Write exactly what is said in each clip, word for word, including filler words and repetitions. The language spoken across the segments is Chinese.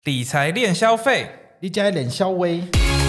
理财练消费， 你家练消微。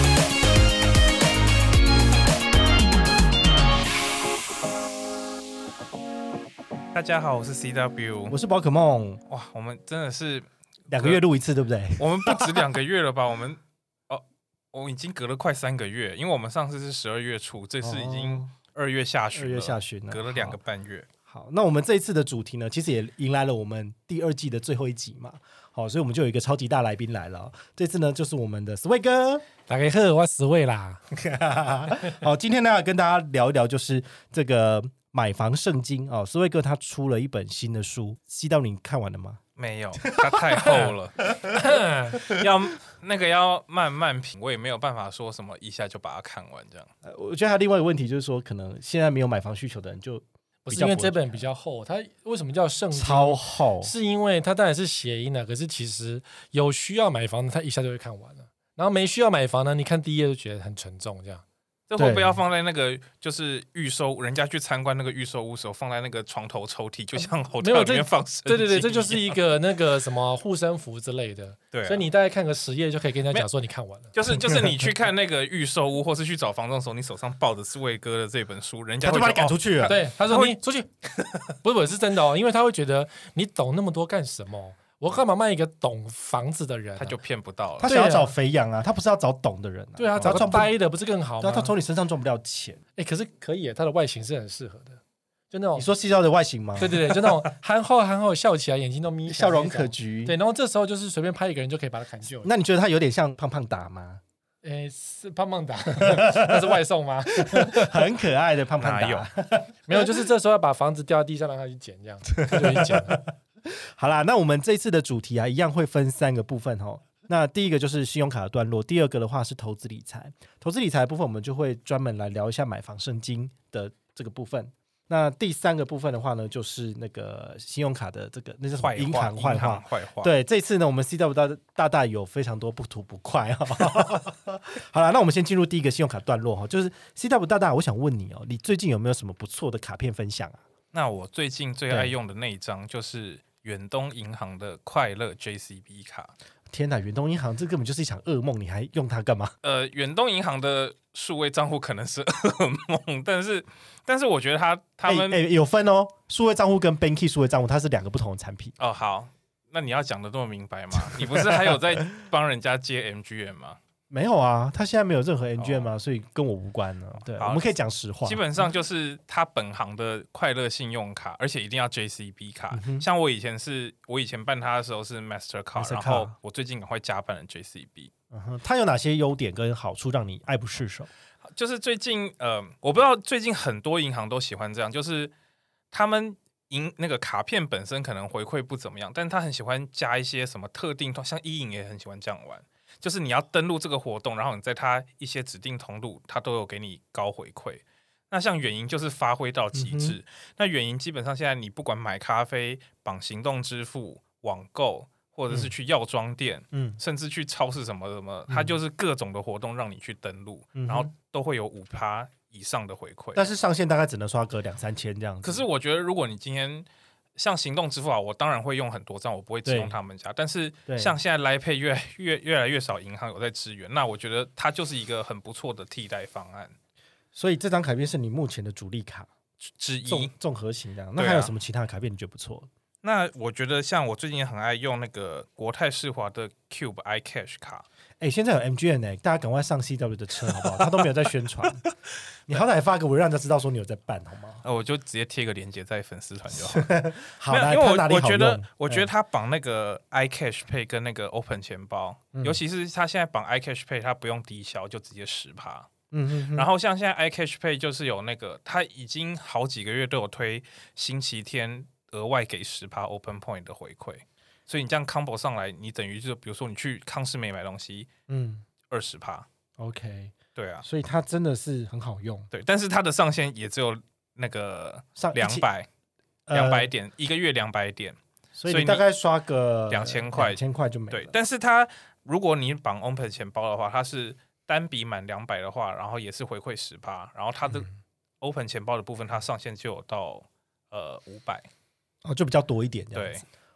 大家好，我是 C W， 我是宝可梦。 哇，我们真的是两个月录一次，对不对？ 我们不止两个月了吧？我们哦，我已经隔了快三个月，因为我们上次是十二月初，这次已经二月下旬了， 二月下旬了， 隔了两个半月。 好，那我们这一次的主题呢，其实也迎来了我们第二季的最后一集嘛。好，所以我们就有一个超级大来宾来了。这次呢，就是我们的 Sway 哥。 大家好，我是 Sway 啦。 好，今天呢要跟大家聊一聊，就是这个买房圣经哦。Sway 哥他出了一本新的书，西到你看完了吗？ 没有，它太厚了，要那个要慢慢品，我也没有办法说什么一下就把它看完这样。 呃，我觉得还有另外一个问题就是说，可能现在没有买房需求的人就。 不是因为这本比较厚，它为什么叫圣经？ 超厚， 是因为它当然是谐音了，可是其实有需要买房的，他一下就会看完了。然后没需要买房呢，你看第一页就觉得很沉重，这样。 这会不会要放在那个就是预售，人家去参观那个预售屋时候放在那个床头抽屉，就像 hotel 里面放圣经？ 对对对，这就是一个那个什么护身符之类的。 对、啊， 所以你大概看个十页就可以跟人家讲说你看完了。 就是就是你去看那个预售屋，或是去找房仲的时候，你手上抱着Sway哥的这本书，人家他就把你赶出去了。 哦、对，他说你出去，不是不是真的哦，因为他会觉得你懂那么多干什么？我干嘛卖一个懂房子的人、啊？ 他就骗不到了。 他想要找肥羊啊，他不是要找懂的人、啊。 对啊，找个呆的不是更好吗？ 对啊，他从你身上赚不了钱。 哎，可是可以耶，他的外形是很适合的，就那种你说细胞的外形吗？ 对对对，就那种憨厚憨厚，笑起来眼睛都眯， 笑容可掬。 对，然后这时候就是随便拍一个人就可以把他砍救。 那你觉得他有点像胖胖达吗？ 诶，是胖胖达，那是外送吗？ 很可爱的胖胖达。 有没有，就是这时候要把房子掉在地上让他去捡，这样他就去捡了。 好啦，那我们这次的主题啊，一样会分三个部分哦。那第一个就是信用卡的段落，第二个的话是投资理财。投资理财的部分，我们就会专门来聊一下买房圣经的这个部分。那第三个部分的话呢，就是那个信用卡的这个那叫什么银行坏话。 坏话。 对，这次呢，我们 C W 大大大有非常多不吐不快哦。好了，那我们先进入第一个信用卡段落哈，就是 C W 大大，我想问你哦，你最近有没有什么不错的卡片分享啊？ 那我最近最爱用的那一张就是远东银行的快乐 J C B 卡。 天哪，远东银行这根本就是一场噩梦，你还用它干嘛？ 呃，远东银行的数位账户可能是噩梦，但是但是我觉得他他们、 欸欸、有分哦，数位账户跟 Banky 数位账户它是两个不同的产品。 哦，好，那你要讲的这么明白吗？你不是还有在帮人家接 M G M 吗？ 没有啊，他现在没有任何 M G M 啊、哦，所以跟我无关呢。对，我们可以讲实话。 基本上就是他本行的快乐信用卡，而且一定要 J C B 卡。嗯、像我以前是，我以前办他的时候是 Mastercard， 然后我最近赶快加办了 J C B。 嗯、它有哪些优点跟好处让你爱不释手？ 就是最近呃，我不知道最近很多银行都喜欢这样，就是他们银那个卡片本身可能回馈不怎么样，但他很喜欢加一些什么特定，像一银也很喜欢这样玩。就是你要登录这个活动，然后你在它一些指定通路，它都有给你高回馈。那像远银就是发挥到极致、嗯。那远银基本上现在你不管买咖啡、绑行动支付、网购，或者是去药妆店、嗯，甚至去超市什么什么，它就是各种的活动让你去登录，嗯、然后都会有五趴以上的回馈。 但是上限大概只能刷个两三千这样子。 可是我觉得，如果你今天像行动支付啊，我当然会用很多张，我不会只用他们家。但是像现在 Line Pay 越来越越来越少银行有在支援，那我觉得它就是一个很不错的替代方案。 所以这张卡片是你目前的主力卡之一， 综合型这样。那还有什么其他的卡片你觉得不错？ 那我觉得像我最近也很爱用那个国泰世华的 Cube iCash 卡。 哎、欸，现在有 M G M 哎、欸，大家赶快上 C W 的车好不好？他都没有在宣传，你好歹发个文让大家知道说你有在办好吗？ 呃，我就直接贴个链接在粉丝团就好。 好啦， 因为我哪里好我觉得，我觉得他绑那个 iCash Pay 跟那个 Open 钱包、嗯，尤其是他现在绑 iCash Pay， 他不用低消就直接十趴。嗯哼哼，然后像现在 iCash Pay 就是有那个，他已经好几个月都有推星期天额外给十趴 Open Point 的回馈，所以你这样 combo 上来，你等于就比如说你去康士美买东西，嗯。二十趴 ，OK， 对啊， 所以它真的是很好用， 对，但是它的上限也只有那个两百两百点，一个月两百点， 所以你大概刷个两千块， 两千块就没了。 对，但是它如果你绑 Open 钱包的话，它是单笔满两百的话，然后也是回馈十趴，然后它的 Open 钱包的部分，它上限就有到呃五百， 哦，就比较多一点这样子。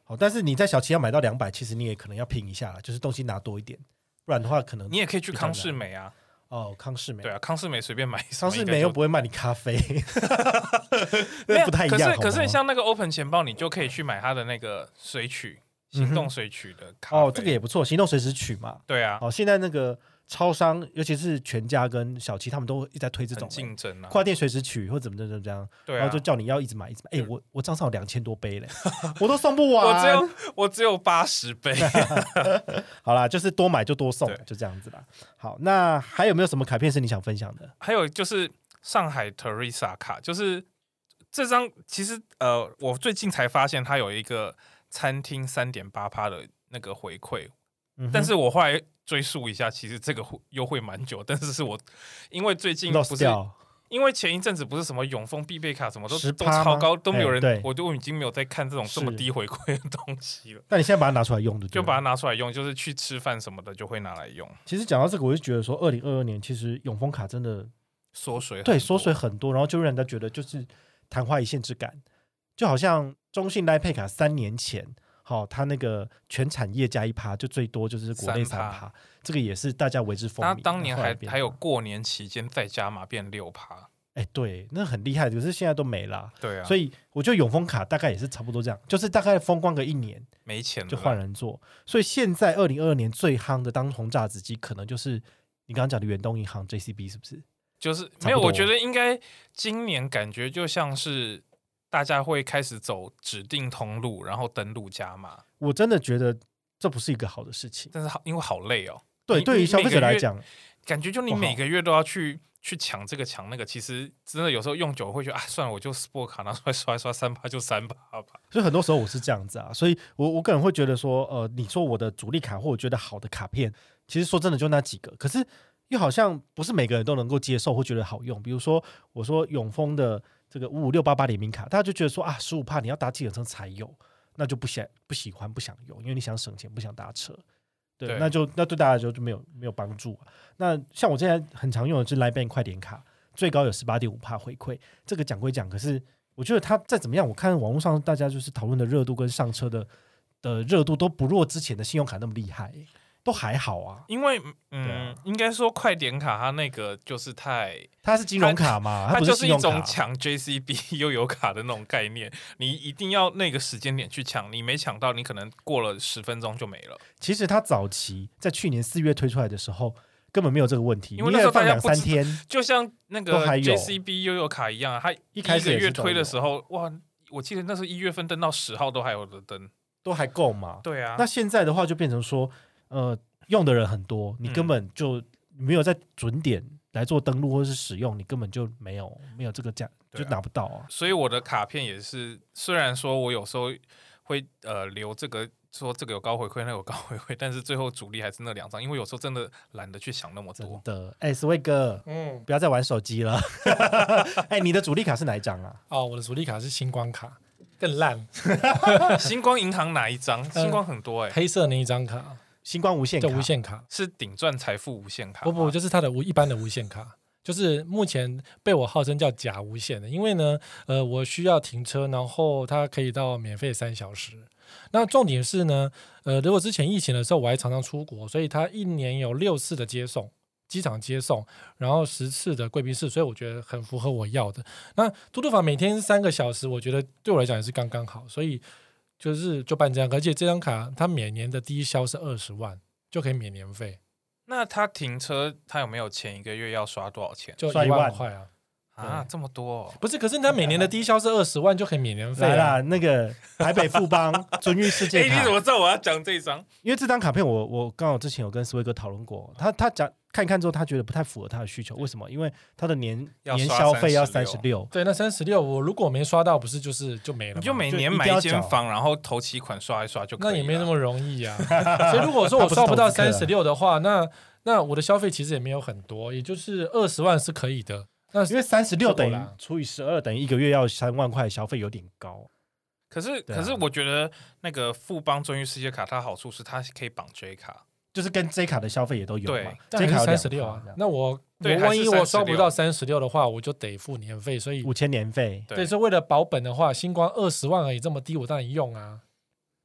好，但是你在小七要买到两百，其实你也可能要拼一下啦，就是东西拿多一点，不然的话可能你也可以去康士美啊。 哦，康士美对啊，康士美随便买， 康士美又不会卖你咖啡， 那不太一样。 可是可是像那个 Open 钱包，你就可以去买它的那个水曲，行动水曲的咖啡。 哦，这个也不错，行动随时取嘛。 对啊， 哦，现在那个超商，尤其是全家跟小七，他们都一直在推这种竞争啊， 跨店随时取或怎么怎么这样， 对啊， 然后就叫你要一直买一直买。哎、欸，我我账上有两千多杯嘞，我都送不完。 我只有我只有八十杯。 好啦，就是多买就多送，就这样子啦。好，那还有没有什么卡片是你想分享的？ 还有就是上海 Teresa 卡，就是这张其实呃，我最近才发现它有一个餐厅三点八趴的那个回馈。嗯、但是我后来追溯一下，其实这个优惠蛮久，但是是我因为最近不是因为前一阵子不是什么永丰必备卡什么都都超高，都没有人，欸、我都已经没有在看这种这么低回馈的东西了。 那你现在把它拿出来用的， 就把它拿出来用，就是去吃饭什么的就会拿来用。 其实讲到这个，我就觉得说，二零二二年其实永丰卡真的缩水， 对，缩水很多，然后就让人家觉得就是昙花一现之感，就好像中信 Line Pay 卡三年前。好、哦，它那个全产业加一趴，就最多就是国内三趴，这个也是大家为之风靡。 它当年还还有过年期间再加码变六趴， 哎，对，那很厉害，可是现在都没了。 对啊， 所以我觉得永丰卡大概也是差不多这样，就是大概风光个一年， 没钱就换人做。所以现在二零二二年最夯的当红炸子鸡，可能就是你刚刚讲的远东银行 J C B， 是不是？ 就是没有，我觉得应该今年感觉就像是。大家会开始走指定通路，然后登录加码。 我真的觉得这不是一个好的事情， 但是好，因为好累哦。 对，对于消费者来讲， 感觉就你每个月都要去去抢这个抢那个，其实真的有时候用久会觉得啊，算了，我就 Sport 卡拿出来刷一刷，三趴就三趴吧。 所以很多时候我是这样子啊，所以我我个人会觉得说，呃，你说我的主力卡或我觉得好的卡片，其实说真的就那几个，可是又好像不是每个人都能够接受或觉得好用。比如说我说永丰的。这个五五六八八联名卡，大家就觉得说啊，十五趴你要搭计程车才有，那就不想不喜欢不想用，因为你想省钱不想搭车，对，对那就那对大家就就没有没有帮助、啊。那像我现在很常用的是 Line Bank 快点卡，最高有十八点五趴回馈，这个讲归讲，可是我觉得它再怎么样，我看网络上大家就是讨论的热度跟上车的的热度都不弱之前的信用卡那么厉害、欸。都还好啊， 因为嗯，啊、应该说快点卡它那个就是太， 它是金融卡嘛， 它就是一种抢 J C B 悠游卡的那种概念，你一定要那个时间点去抢，你没抢到，你可能过了十分钟就没了。 其实它早期在去年四月推出来的时候，根本没有这个问题， 因为那时候大家两三天， 就像那个 J C B 悠游卡一样，它一开始月推的时候，哇，我记得那时候一月份登到十号都还有的登， 都还够嘛。 对啊， 那现在的话就变成说，呃。用的人很多，你根本就没有在准点来做登录或是使用，你根本就没有没有这个价，就拿不到啊。 所以我的卡片也是，虽然说我有时候会呃留这个，说这个有高回馈，那个有高回馈，但是最后主力还是那两张，因为有时候真的懒得去想那么多。 真的，哎、欸，斯威哥，嗯，不要再玩手机了。哎、欸，你的主力卡是哪一张啊？ 哦，我的主力卡是星光卡，更烂。 星光银行哪一张？星光很多哎、欸， 黑色那一张卡。 星光无限卡， 就无限卡是顶赚财富无限卡， 不不，就是它的无一般的无限卡，就是目前被我号称叫假无限的，因为呢，呃，我需要停车，然后它可以到免费三小时。那重点是呢，呃，如果之前疫情的时候我还常常出国，所以它一年有六次的接送，机场接送，然后十次的贵宾室，所以我觉得很符合我要的。那嘟嘟法每天三个小时，我觉得对我来讲也是刚刚好，所以。就是就办这张，而且这张卡它每年的低消是二十万，就可以免年费。 那他停车，他有没有前一个月要刷多少钱？ 就一万块啊！ 啊，这么多、哦？ 不是，可是他每年的低消是二十万，就可以免年费、啊。 来啦，那个台北富邦尊誉世界卡、 欸，你怎么知道我要讲这一张？ 因为这张卡片我我刚好之前有跟斯威哥讨论过，他他讲看一看之后，他觉得不太符合他的需求。为什么？因为他的年年消费要三十六， 对，那三十六我如果没刷到，不是就是就没了吗？ 你就每年买一间房，然后头期款刷一刷就可以了。 那也没那么容易啊。所以如果说我刷不到三十六的话，那那我的消费其实也没有很多，也就是二十万是可以的。那因为三十六等于除以十二等于一个月要三万块消费，有点高。 可是、啊、可是我觉得那个富邦尊誉世界卡，它好处是它可以绑 J 卡， 就是跟 J 卡的消费也都有嘛。 对 ，J 卡三十六啊。那我我万一我刷不到三十六的话，我就得付年费，所以五千年费。 对，所以为了保本的话，星光二十万而已，这么低，我当然用啊。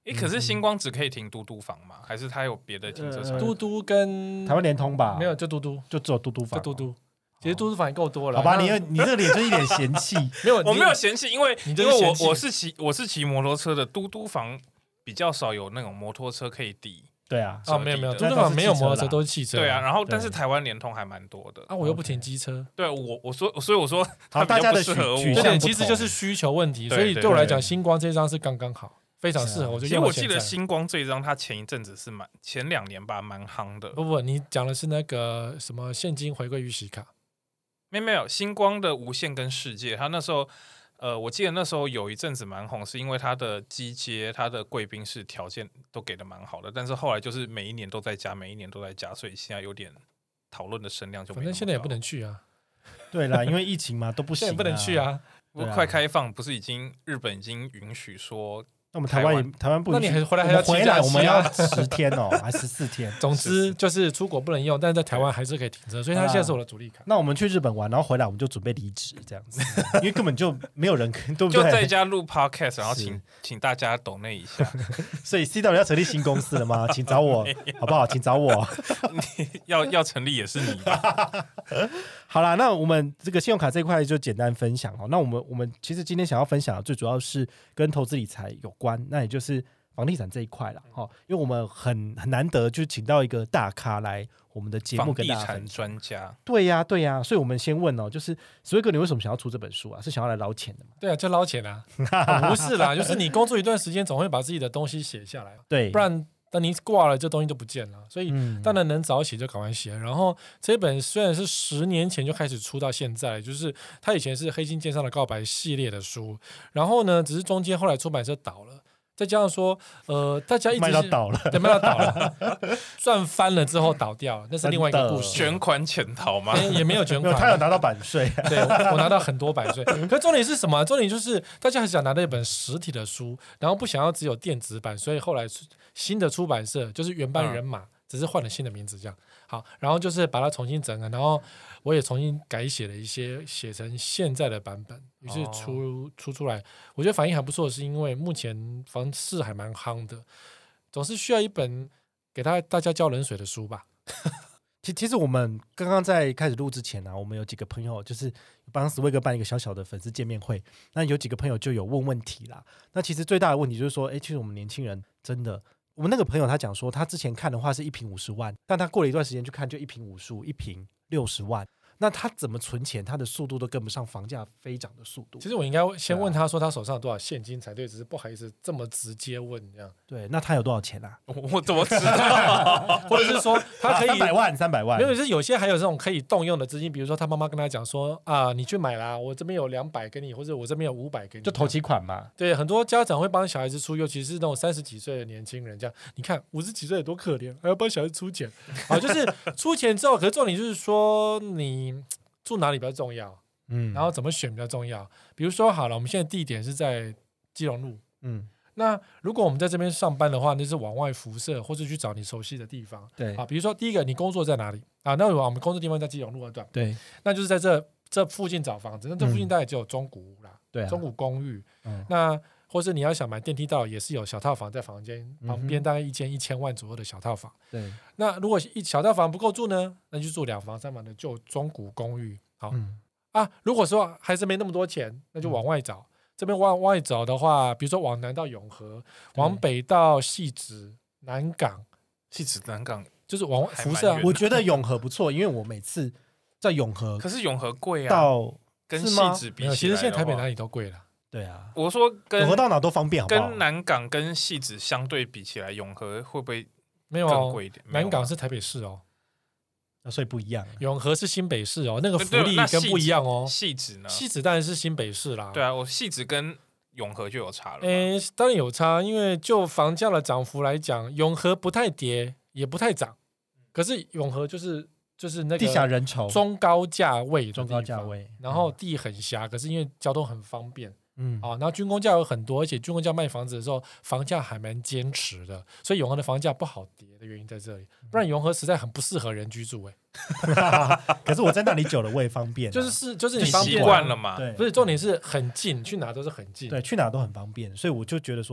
诶，可是星光只可以停嘟嘟房吗？还是它有别的停车场？ 呃嘟嘟跟台湾联通吧， 没有，就嘟嘟， 就只有嘟嘟就房， 嘟嘟。其实嘟嘟房也够多了。 好吧， 那你你这个脸就一脸嫌弃。 没有， 我没有嫌弃，因为你因为我就是嫌弃我是骑我是骑摩托车的，嘟嘟房比较少有那种摩托车可以抵。 对啊， 哦，没有没有， 那嘟嘟房没有摩托车，都是汽车。 对啊，然后对但是台湾联通还蛮多的。 啊，我又不停机车。 对我我说所以我说它比大家的较不适合我。 对对， 取向不其实就是需求问题。 对所以对对我来讲， 对星光这张是刚刚好，非常适合。我就其实我记得用到现在。 星光这一张，它前一阵子是蛮前两年吧，蛮夯的。 不不，你讲的是那个什么现金回归预习卡。 没有没有，星光的无限跟世界，它那时候，呃，我记得那时候有一阵子蛮红，是因为它的机阶、它的贵宾室条件都给的蛮好的，但是后来就是每一年都在加，每一年都在加，所以现在有点讨论的声量就没那么高。 反正现在也不能去啊， 对啦，因为疫情嘛都不行、啊， 现在也不能去。啊。 不过快开放，不是已经日本已经允许说， 那我们台湾也台湾不允许， 那你还回来还要我们回请假期啊来我们要十天哦，还十四天。 总之就是出国不能用，但是在台湾还是可以停车，所以它现在是我的主力卡。 那我们去日本玩，然后回来我们就准备离职这样子，因为根本就没有人，对不就在对？ 家录 podcast，然后是请请大家抖内一下， 所以 C W 要成立新公司了吗？请找我好不好？请找我。 要要成立也是你吧？ 好啦，那我们这个信用卡这一块就简单分享哦。那我们我们其实今天想要分享的最主要是跟投资理财有关，那也就是房地产这一块啦。哈，因为我们很很难得就请到一个大咖来我们的节目房地跟大家分产享。 专家， 对呀、对呀、所以我们先问哦，就是史威哥，你为什么想要出这本书啊？是想要来捞钱的吗？ 对啊，就捞钱啊，不是啦，就是你工作一段时间，总会把自己的东西写下来， 对， 不然等你挂了，这东西就不见了。所以嗯当然能早写就赶快写。然后这本虽然是十年前就开始出到现在，就是它以前是黑金剑上的告白系列的书，然后呢，只是中间后来出版社倒了。再加上说，呃，大家一直卖到倒了， 对，卖到倒了，赚翻了之后倒掉了，那是另外一个故事。 卷款潜逃吗？ 也也没有卷没有， 款， 他有拿到版税。 对我拿到很多版税。可是重点是什么？重点就是大家很想拿到一本实体的书，然后不想要只有电子版，所以后来新的出版社就是原班人马，嗯、只是换了新的名字这样。好，然后就是把它重新整合，然后我也重新改写了一些，写成现在的版本，于是出、哦、出出来，我觉得反应还不错，是因为目前房市还蛮夯的，总是需要一本给他大家浇冷水的书吧。 其其实我们刚刚在开始录之前呢、啊，我们有几个朋友就是帮史威哥办一个小小的粉丝见面会，那有几个朋友就有问问题啦。那其实最大的问题就是说，哎，其实我们年轻人真的。我们那个朋友他讲说，他之前看的话是一瓶五十万，但他过了一段时间去看就一瓶五十五，一瓶六十万。那他怎么存钱？他的速度都跟不上房价飞涨的速度。 其实我应该先问他说他手上有多少现金才对，只是不好意思这么直接问这样。 对，那他有多少钱啊？ 我我怎么知道？ 或者是说他可以三百万，三百万。 没有，是有些还有这种可以动用的资金，比如说他妈妈跟他讲说啊，你去买啦，我这边有两百给你，或者我这边有五百给你， 就头期款嘛。 对，很多家长会帮小孩子出，尤其是那种三十几岁的年轻人，这样你看五十几岁有多可怜，还要帮小孩子出钱啊，就是出钱之后，可是重点就是说你住哪里比较重要，嗯，然后怎么选比较重要。比如说好了，我们现在地点是在基隆路，嗯，那如果我们在这边上班的话，那就是往外辐射，或是去找你熟悉的地方， 对啊，比如说第一个你工作在哪里啊？那我们工作地方在基隆路二段， 对， 那就是在这这附近找房子，那这附近大概只有中古屋啦， 对、啊， 中古公寓， 嗯， 那或是你要想买电梯道，也是有小套房在房间旁边，大概一间一千万左右的小套房， 对， 那如果一小套房不够住呢，那就住两房三房的旧中古公寓。好、嗯、啊，如果说还是没那么多钱，那就往外找。嗯、这边往外找的话，比如说往南到永和，往北到汐止、南港。 汐止、南港就是往辐射、啊。 我觉得永和不错，因为我每次在永和， 可是永和贵啊， 到跟汐止比起来， 其实现在台北哪里都贵了。 对啊， 我说跟永和到哪都方便好不好， 跟南港跟汐止相对比起来，永和会不会没有更贵一点？ 南港是台北市哦。 所以不一样， 永和是新北市哦，那个福利跟不一样哦。 汐止呢？ 汐止当然是新北市啦。 对啊，我汐止跟永和就有差了。 诶，当然有差，因为就房价的涨幅来讲，永和不太跌，也不太涨，可是永和就是就是那个地狭人稠， 中高价位， 中高价位， 然后地很狭，可是因为交通很方便。 嗯， 啊，然后军工价有很多，而且军工价卖房子的时候，房价还蛮坚持的，所以永和的房价不好跌的原因在这里。不然永和实在很不适合人居住哎、 欸。可是我在那里久了，我也方便、啊， 就是是就是你习惯了嘛。 对， 不是重点是很近，去哪都是很近， 对，去哪都很方便，所以我就觉得说，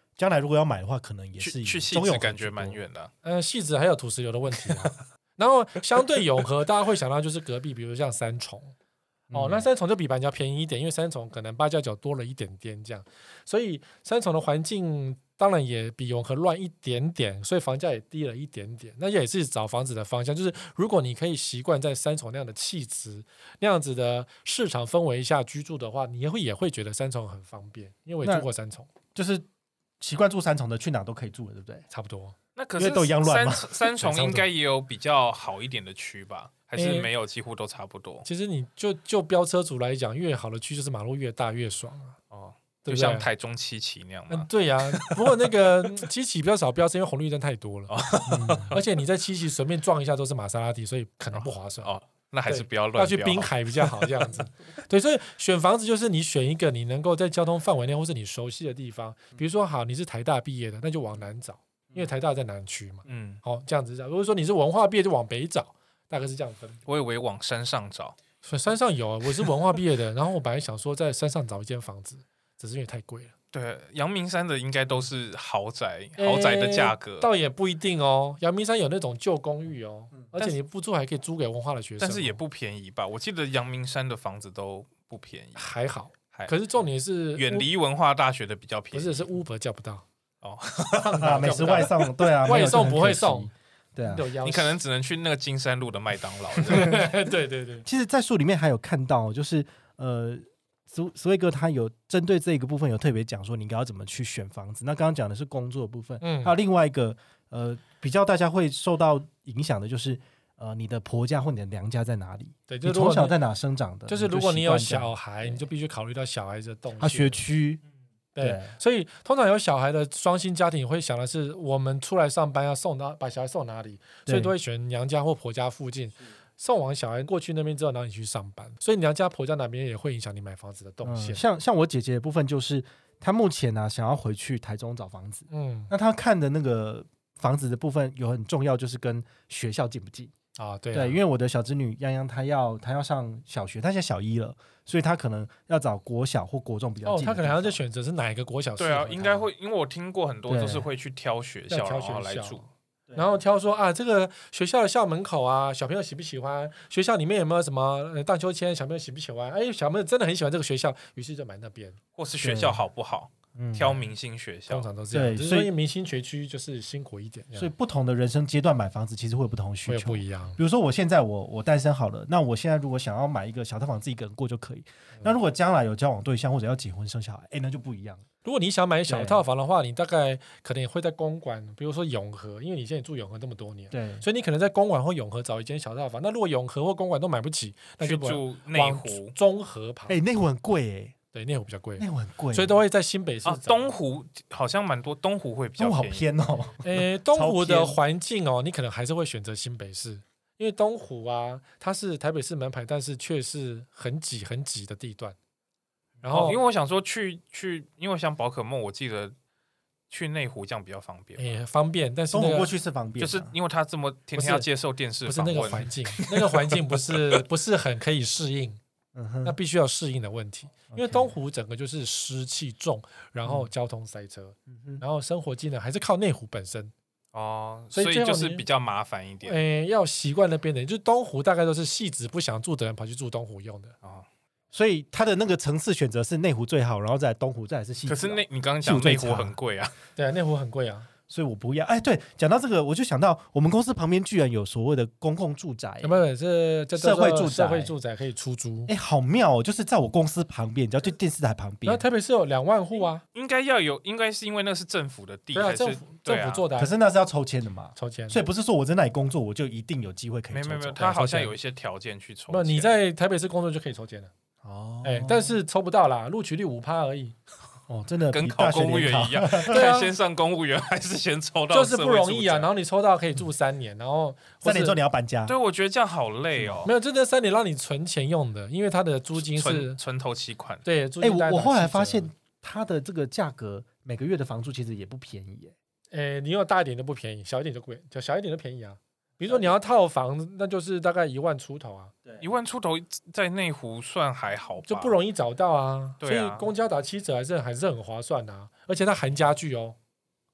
将来如果要买的话，可能也是去去戏中永和子感觉居多蛮远的啊。 呃，汐止还有土石流的问题啊。然后相对永和，大家会想到就是隔壁，比如像三重。哦，那三重就比板桥便宜一点，因为三重可能八角角多了一点点这样，所以三重的环境当然也比永和乱一点点，所以房价也低了一点点。那也是找房子的方向，就是如果你可以习惯在三重那样的气质、那样子的市场氛围下居住的话，你也会也会觉得三重很方便，因为我也住过三重， 就是习惯住三重的，去哪都可以住了，对不对？ 差不多。 那可是因为都一样乱三嘛三重应该也有比较好一点的区吧？还是没有，几乎都差不多。 其实你就就飙车族来讲，越好的区就是马路越大越爽啊。 哦， 对不对就像台中七期那样嗯， 嘛。 对呀、不过那个七期比较少飙车，因为红绿灯太多了， 哦嗯而且你在七期随便撞一下都是玛莎拉蒂，所以可能不划算。 哦，那还是对不要乱要去标滨海比较好，这样子。对，所以选房子就是你选一个你能够在交通范围内或是你熟悉的地方，比如说好你是台大毕业的，那就往南找，因为台大在南区嘛。 嗯， 好、这样子找。如果说你是文化毕业，就往北找，大概是这样分。 我以为往山上找。 山上有啊，我是文化毕业的，然后我本来想说在山上找一间房子，只是因为太贵了。 对，阳明山的应该都是豪宅，豪宅的价格。 倒也不一定哦。阳明山有那种旧公寓哦， 嗯而且你不住还可以租给文化的学生、哦， 但是也不便宜吧？我记得阳明山的房子都不便宜， 还好。 还可是重点是远离文化大学的比较便宜。 不是是 Uber 叫不到哦， 啊，美食外送，对啊， 外送没有就很可惜不会送， 对啊。 有要你可能只能去那个金山路的麦当劳。 对对对对， 其实，在书里面还有看到，就是呃，苏苏威哥他有针对这个部分有特别讲说，你应该要怎么去选房子。那刚刚讲的是工作的部分， 嗯还有另外一个呃，比较大家会受到影响的就是呃，你的婆家或你的娘家在哪里？ 对， 你就如果你从小在哪生长的？ 就是如果你有习惯这样小孩，你就必须考虑到小孩子的动他学线。 区， 对，所以通常有小孩的双薪家庭会想的是，我们出来上班要送到把小孩送哪里，所以都会选娘家或婆家附近。送完小孩过去那边之后，然后你去上班，所以娘家婆家那边也会影响你买房子的动线。 嗯、像像我姐姐的部分，就是她目前呢、啊、想要回去台中找房子， 嗯那她看的那个房子的部分有很重要，就是跟学校近不近。 啊，对啊对，因为我的小侄女泱泱她要她要上小学，她现在小一了，所以她可能要找国小或国中比较哦， 近的地方。 他可能还要再选择是哪一个国小适合对啊， 他应该会，因为我听过很多对都是会去挑学校， 要挑然后学校来住。 然后挑说啊，这个学校的校门口啊，小朋友喜不喜欢？学校里面有没有什么呃荡秋千？小朋友喜不喜欢？哎，小朋友真的很喜欢这个学校，于是就买那边。 或是学校好不好， 嗯挑明星学校通。常都是这样， 对所以只是说明星学区就是辛苦一点， 所以不同的人生阶段买房子其实会有不同的需求会有不。一样。 比如说我现在我我单身好了，那我现在如果想要买一个小套房自己一个人过就可以。那如果将来有交往对象或者要结婚生小孩，哎，那就不一样了。 如果你想买小套房的话，你大概可能也会在公馆，比如说永和，因为你现在住永和这么多年， 对， 所以你可能在公馆或永和找一间小套房。那如果永和或公馆都买不起，那就去住内往湖中和跑。 哎，内湖很贵对，内湖比较贵哎，，内湖很贵， 所以都会在新北市啊， 找。 东湖好像蛮多，东湖会比东湖好较便宜。 偏哦。 呃，东湖的超偏环境哦，你可能还是会选择新北市，因为东湖啊，它是台北市门牌，但是却是很挤很挤的地段。然后， 哦因为我想说去去，因为像宝可梦，我记得去内湖这样比较方便， 也方便，但是那个东湖过去是方便啊， 就是因为他这么天不是天要接受电视不是那个访问， 环境，那个环境不是不是很可以适应， 嗯哼那必须要适应的问题。因为 OK 东湖整个就是湿气重，然后交通塞车， 嗯哼然后生活机能还是靠内湖本身。 哦， 所以最后所以就是你比较麻烦一点诶，要习惯那边的，就是东湖大概都是戏子不想住的人跑去住东湖用的。 哦。 所以它的那个层次选择是内湖最好，然后再来东湖，再来是西湖啊。 可是内你刚刚讲西湖最内湖差很贵啊， 对啊，内湖很贵啊。 所以我不要。哎，对，讲到这个，我就想到我们公司旁边居然有所谓的公共住宅， 有没有？这这社会住宅社会住宅可以出租。 哎，好妙哦！就是在我公司旁边，你知道，就电视台旁然后边。 台北市有两万户啊， 应该要有，应该是因为那是政府的地， 对啊， 还是政府对啊政府做的啊， 可是那是要抽签的嘛， 抽签。 所以不是说我在那里工作，我就一定有机会可以抽走。 没有没有没有，他好像有一些条件去抽签。 没有，你在台北市工作就可以抽签了。 哦， 哎，但是抽不到啦，录取率五趴而已， 哦，真的跟比大学考公务联考员一样， 对啊看先上公务员还是先抽到， 就是不容易啊。然后你抽到可以住三年，然后三年之后或是你要搬家。 对，我觉得这样好累哦。 没有，这这三年让你存钱用的，因为它的租金是存存头期款， 对租哎， 金大概打我我后来七折发现它的这个价格每个月的房租其实也不便宜耶。 诶，你有大一点就不便宜，小一点就贵，就小一点就便宜啊。比如说你要套房，那就是大概一万出头啊， 一万出头在内湖算还好吧， 就不容易找到啊。 对啊所以公交打七折还是还是很划算的啊，而且它含家具哦。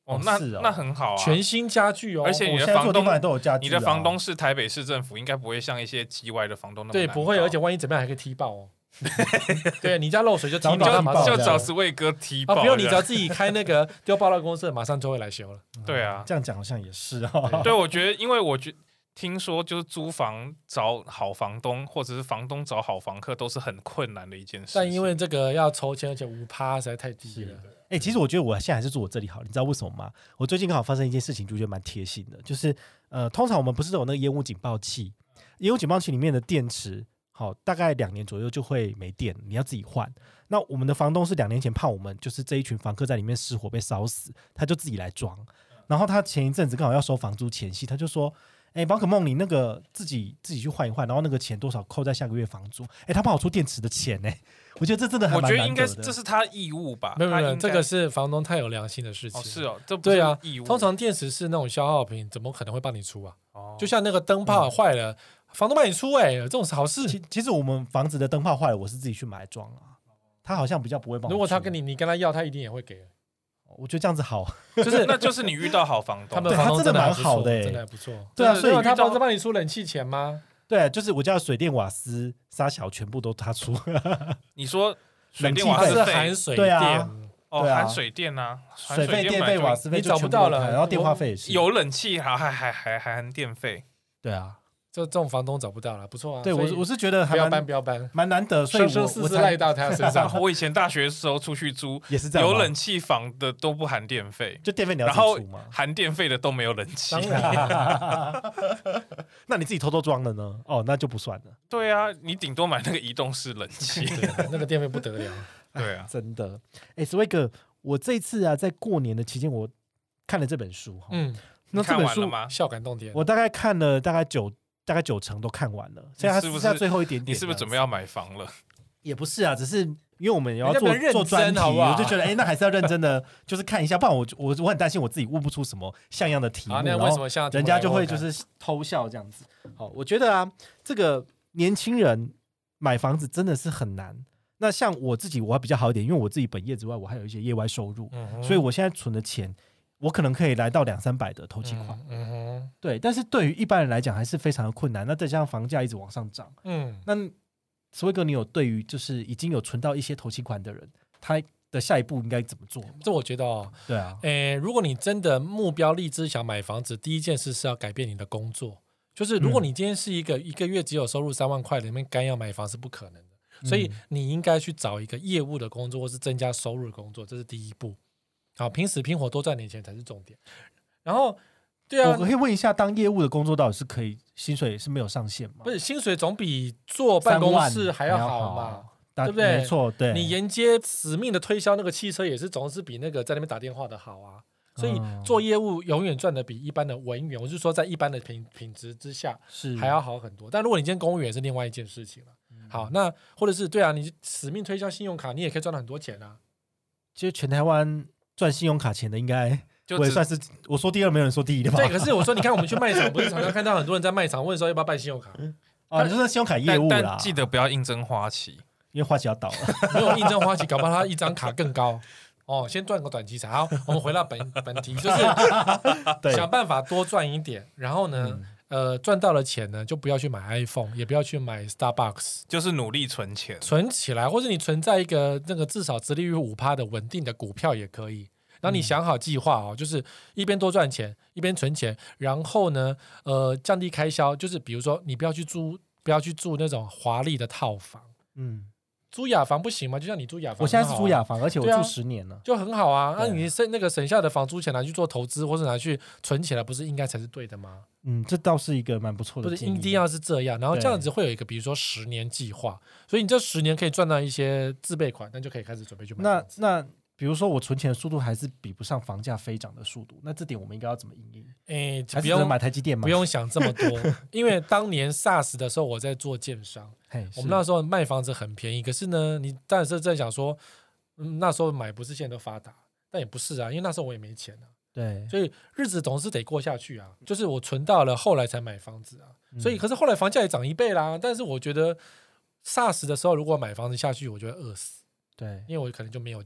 哦，那是哦那很好啊， 全新家具哦， 而且你我现在的房东住的地方也都有家具啊， 你的房东是台北市政府，应该不会像一些叽歪的房东那么对， 难搞不会，而且万一怎么样还可以踢爆哦。对你家漏水就踢找你爆，他马上就踢爆这样找十位哥踢啊， 爆， 不用你只要自己开那个丢爆料公司，马上就会来修了。 对啊， 这样讲好像也是哦。 对，我觉得，因为我觉听说就是租房找好房东，或者是房东找好房客，都是很困难的一件事情。 但因为这个要抽签，而且五趴实在太低了。 哎、欸，其实我觉得我现在还是住我这里好，你知道为什么吗？我最近刚好发生一件事情，就觉得蛮贴心的，就是呃，通常我们不是都有那个烟雾警报器，烟雾警报器里面的电池，好，大概两年左右就会没电，你要自己换。那我们的房东是两年前怕我们就是这一群房客在里面失火被烧死，他就自己来装。然后他前一阵子刚好要收房租前夕，他就说：“哎、欸，宝可梦，你那个自己自己去换一换，然后那个钱多少扣在下个月房租？”哎、欸，他帮我出电池的钱呢、欸，我觉得这真的还蛮难得的。 我觉得应该这是他义务吧？ 没有没有，这个是是房东太有良心的事情。 哦，是哦，这不是义务。 通常电池是那种消耗品，怎么可能会帮你出啊？ 哦， 就像那个灯泡坏了，嗯、房东帮你出、欸，哎，这种是好事。 其其实我们房子的灯泡坏了，我是自己去买装啊。他好像比较不会帮我。 如果他跟你你跟他要，他一定也会给。 我觉得这样子好， 就是那就是你遇到好房东， 他们房东真的蛮好的、欸， 真的还不错。 对啊，所以他房子帮你出冷气钱吗？ 对，就是我家的水电瓦斯、沙小全部都他出。 你说水电瓦斯是含水电， 啊、 哦，含水电啊， 水费、电费、瓦斯费你找不到了， 然后电话费也是有冷气，还还还还还含电费。 对啊。 这这种房东找不到了，不错啊。 对我我是觉得还不要搬不要搬， 蛮难得，所以生生世世赖到他身上。 我以前大学的时候出去租也是这样， 有冷气房的都不含电费， 就电费你要自己出吗？ 含电费的都没有冷气。 当然， 那你自己偷偷装的呢？哦，那就不算了。 对啊，你顶多买那个移动式冷气， 那个电费不得了。 对啊， 真的。哎，所以哥，我这次啊，在过年的期间，我看了这本书哈。 嗯， 那这本书吗？ 笑感动天。 我大概看了大概九。大概九成都看完了，现在剩下最后一点点。 你是不是准备要买房了？ 也不是啊，只是因为我们也要做做专题， 好不好我就觉得哎、欸，那还是要认真的，就是看一下，不然我我我很担心我自己问不出什么像样的题目， 啊、那为什么像人家就会就是偷笑这样子。好，我觉得啊，这个年轻人买房子真的是很难。那像我自己，我还比较好一点，因为我自己本业之外，我还有一些业外收入，嗯、所以我现在存的钱。我可能可以来到两三百的头期款，嗯哼，对，但是对于一般人来讲还是非常的困难。那再加上房价一直往上涨，嗯，那所以哥，你有对于就是已经有存到一些头期款的人，他的下一步应该怎么做？ 这我觉得哦， 对啊， 诶，如果你真的目标立志想买房子，第一件事是要改变你的工作。就是如果你今天是一个、嗯、一个月只有收入三万块，里面干要买房是不可能的，所以你应该去找一个业务的工作，或是增加收入的工作，这是第一步。好，拼死拼活多赚点钱才是重点。然后，对啊， 我可以问一下，当业务的工作到底是可以薪水是没有上限吗？ 不是，薪水总比坐办公室还要好嘛，对不对？ 没错，对。 你沿街死命的推销那个汽车，也是总是比那个在那边打电话的好啊。所以做业务永远赚的比一般的文员，我是说在一般的品品质之下是还要好很多。但如果你今天公务员是另外一件事情了。嗯、好，那或者是对啊，你死命推销信用卡，你也可以赚到很多钱啊。 其实全台湾。赚信用卡钱的应该我也算是我说第二，没有人说第一的吧？ 对，可是我说，你看我们去卖场，不是常常看到很多人在卖场问说要不要办信用卡？ 啊，你就是信用卡业务啦。 但记得不要应征花旗， 因为花旗要倒了。 没有应征花旗，搞不好他一张卡更高。哦，先赚个短期财。好，我们回到本本题，就是想办法多赚一点，然后呢，嗯、呃，赚到了钱呢，就不要去买 iPhone， 也不要去买 Starbucks， 就是努力存钱， 存起来，或者你存在一个那个至少殖利率五趴的稳定的股票也可以。然后你想好计划哦，就是一边多赚钱，一边存钱，然后呢，呃，降低开销，就是比如说你不要去租，不要去住那种华丽的套房，嗯。租雅房不行吗？就像你租雅房、啊， 我现在是租雅房，而且我住十年了， 啊、就很好啊。那、啊、你剩那个省下的房租钱拿去做投资，或是拿去存起来，不是应该才是对的吗？ 嗯，这倒是一个蛮不错的建议。 不是一定要是这样，然后这样子会有一个，比如说十年计划，所以你这十年可以赚到一些自备款，那就可以开始准备去买房子。 那那比如说我存钱的速度还是比不上房价飞涨的速度，那这点我们应该要怎么因应？ 哎， 还是只能买台积电吗？ 不用想这么多，因为当年 SARS 的时候我在做建商。我们那时候卖房子很便宜，可是呢，你当然是在想说，嗯，那时候买不是现在都发达，但也不是啊，因为那时候我也没钱啊， 对， 所以日子总是得过下去啊。就是我存到了，后来才买房子啊，所以可是后来房价也涨一倍啦。但是我觉得 SARS 的时候如果买房子下去，我就会饿死， 对， 因为我可能就没有钱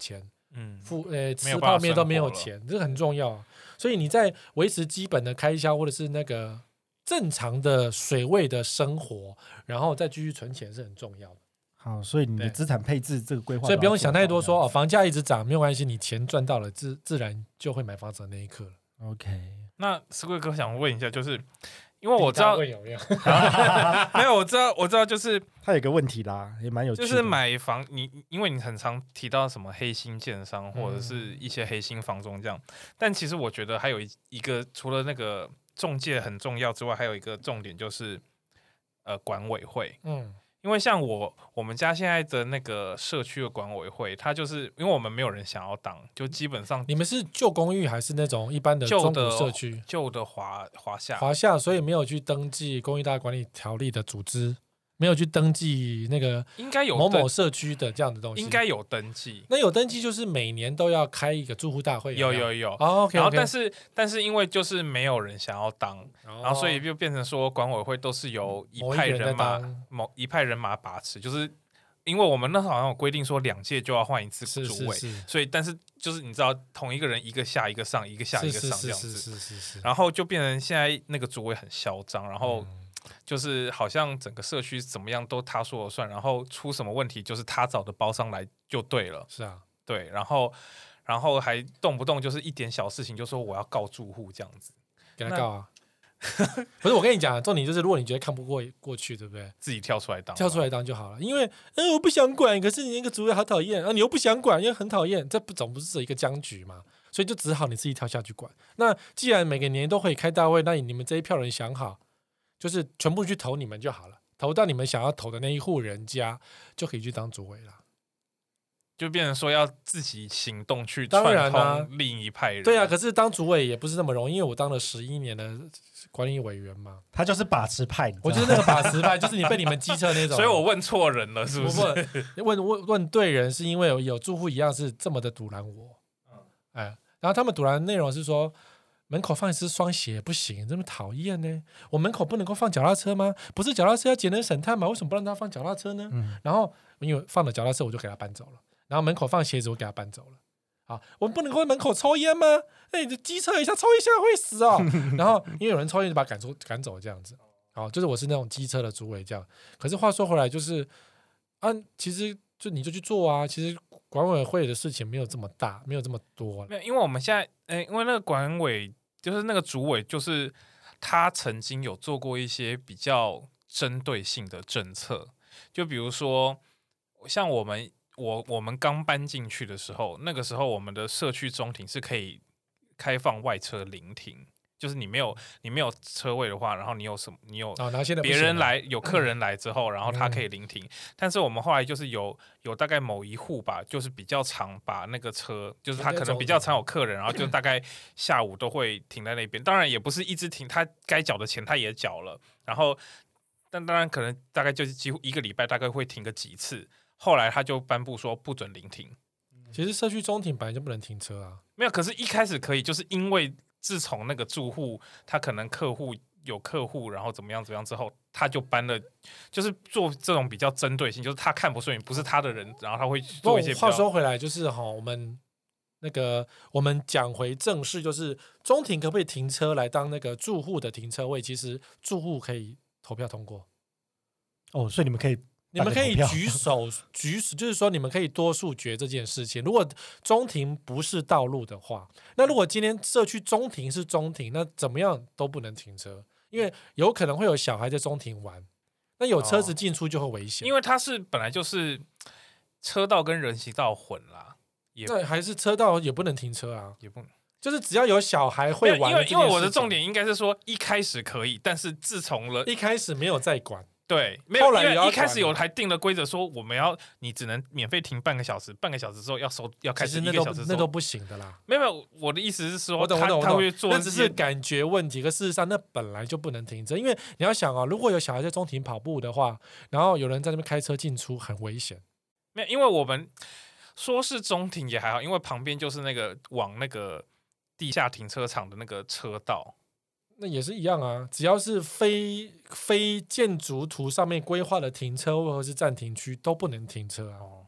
嗯， 付呃吃没有办法泡面都没有生活了钱，这个很重要啊。所以你在维持基本的开销或者是那个正常的水位的生活，然后再继续存钱是很重要的。 好，所以你的对资产配置这个规划， 所以不用想太多说，哦，房价一直涨没有关系，你钱赚到了，自自然就会买房子的那一刻了。 OK， 那思贵哥想问一下，就是因为我知道问有没有？ 没有，我知道我知道，就是他有个问题啦，也蛮有趣的， 就是买房，你因为你很常提到什么黑心建商或者是一些黑心房仲这样，但其实我觉得还有一一个除了那个中介很重要之外，还有一个重点就是呃管委会， 嗯， 因为像我我们家现在的那个社区的管委会，它就是因为我们没有人想要当，就基本上你们是旧公寓还是那种一般的中旧的古社区？ 旧的华华夏华夏，所以没有去登记公寓大管理条例的组织，没有去登记那个应该有某某登社区的这样的东西。 应该有登记， 那有登记就是每年都要开一个住户大会， 有没有有。 哦，OK， 然后但是但是因为就是没有人想要当， 然然后所以就变成说管委会都是由一某一个人在派人马当某一派人马把持，就是因为我们那时候好像有规定说两届就要换一次是主委， 是是所以但是就是你知道同一个人一个下一个上，一个下一个是是是上这样子， 是是是， 然后就变成现在那个主委很嚣张，然后嗯就是好像整个社区怎么样都他说了算，然后出什么问题就是他找的包商来就对了， 是啊， 对，然后然后还动不动就是一点小事情就说我要告住户这样子， 给他告啊。不是我跟你讲，重点就是如果你觉得看不过过去，对不对？ 自己跳出来当， 跳出来当就好了。因为嗯、呃我不想管，可是你那个主委好讨厌啊，你又不想管，又很讨厌，这不总不是一个僵局嘛？所以就只好你自己跳下去管。那既然每个年都会开大会，那你们这一票人想好，就是全部去投你们就好了，投到你们想要投的那一户人家，就可以去当主委了。 就变成说要自己行动去当串然啊通另一派人。 对啊，可是当主委也不是那么容易，因为我当了十一年的管理委员嘛， 他就是把持派， 我就是那个把持派，就是你被你们机车那种。 所以我问错人了，是不是？ 不问问问对人，是因为有有住户一样是这么的堵拦我，哎，然后他们堵拦的内容是说，门口放一只双鞋不行，这么讨厌呢？我门口不能够放脚踏车吗？不是脚踏车要节能省碳吗？为什么不让他放脚踏车呢？ 嗯然后因为放了脚踏车，我就给他搬走了。然后门口放鞋子，我给他搬走了。好，我们不能够在门口抽烟吗？那你的机车一下抽一下会死哦。然后因为有人抽烟，就把他赶出赶走这样子。好，就是我是那种机车的主委这样。可是话说回来，就是啊，其实就你就去做啊。其实管委会的事情没有这么大，没有这么多。 没有，因为我们现在，诶、因为那个管委就是那个主委，就是他曾经有做过一些比较针对性的政策，就比如说像我们。我我们刚搬进去的时候，那个时候我们的社区中庭是可以开放外车临停，就是你没有你没有车位的话，然后你有什么你有别人来有客人来之后，然后他可以临停。但是我们后来就是有有大概某一户吧，就是比较常把那个车，就是他可能比较常有客人，然后就大概下午都会停在那边。当然也不是一直停，他该缴的钱他也缴了，然后但当然可能大概就是几乎一个礼拜大概会停个几次。后来他就颁布说不准临停。 其实社区中庭本来就不能停车啊， 没有，可是一开始可以，就是因为自从那个住户他可能客户有客户，然后怎么样怎么样之后，他就搬了，就是做这种比较针对性，就是他看不顺眼，不是他的人，然后他会做一些比较。 话说回来，就是哈，我们那个我们讲回正事，就是中庭可不可以停车来当那个住户的停车位？其实住户可以投票通过。 哦，所以你们可以。 你们可以举手举手，就是说你们可以多数决这件事情。如果中庭不是道路的话，那如果今天社区中庭是中庭，那怎么样都不能停车，因为有可能会有小孩在中庭玩，那有车子进出就会危险、 哦。因为它是本来就是车道跟人行道混啦，也那还是车道也不能停车啊， 也不。 就是只要有小孩会玩， 因为因为我的重点应该是说一开始可以，但是自从了一开始没有再管。 对，没有，后来因为一开始有还定了规则，说我们要你只能免费停半个小时，半个小时之后要收，要开始一个小时， 那都不行的啦。 没有，没有，我的意思是说， 我懂，我懂， 他会做， 那只是感觉问题。可事实上，那本来就不能停车，因为你要想啊，如果有小孩在中庭跑步的话，然后有人在那边开车进出，很危险。 没有，因为我们说是中庭也还好，因为旁边就是那个往那个地下停车场的那个车道。 那也是一样啊，只要是非非建筑图上面规划的停车位或是暂停区都不能停车啊。 哦，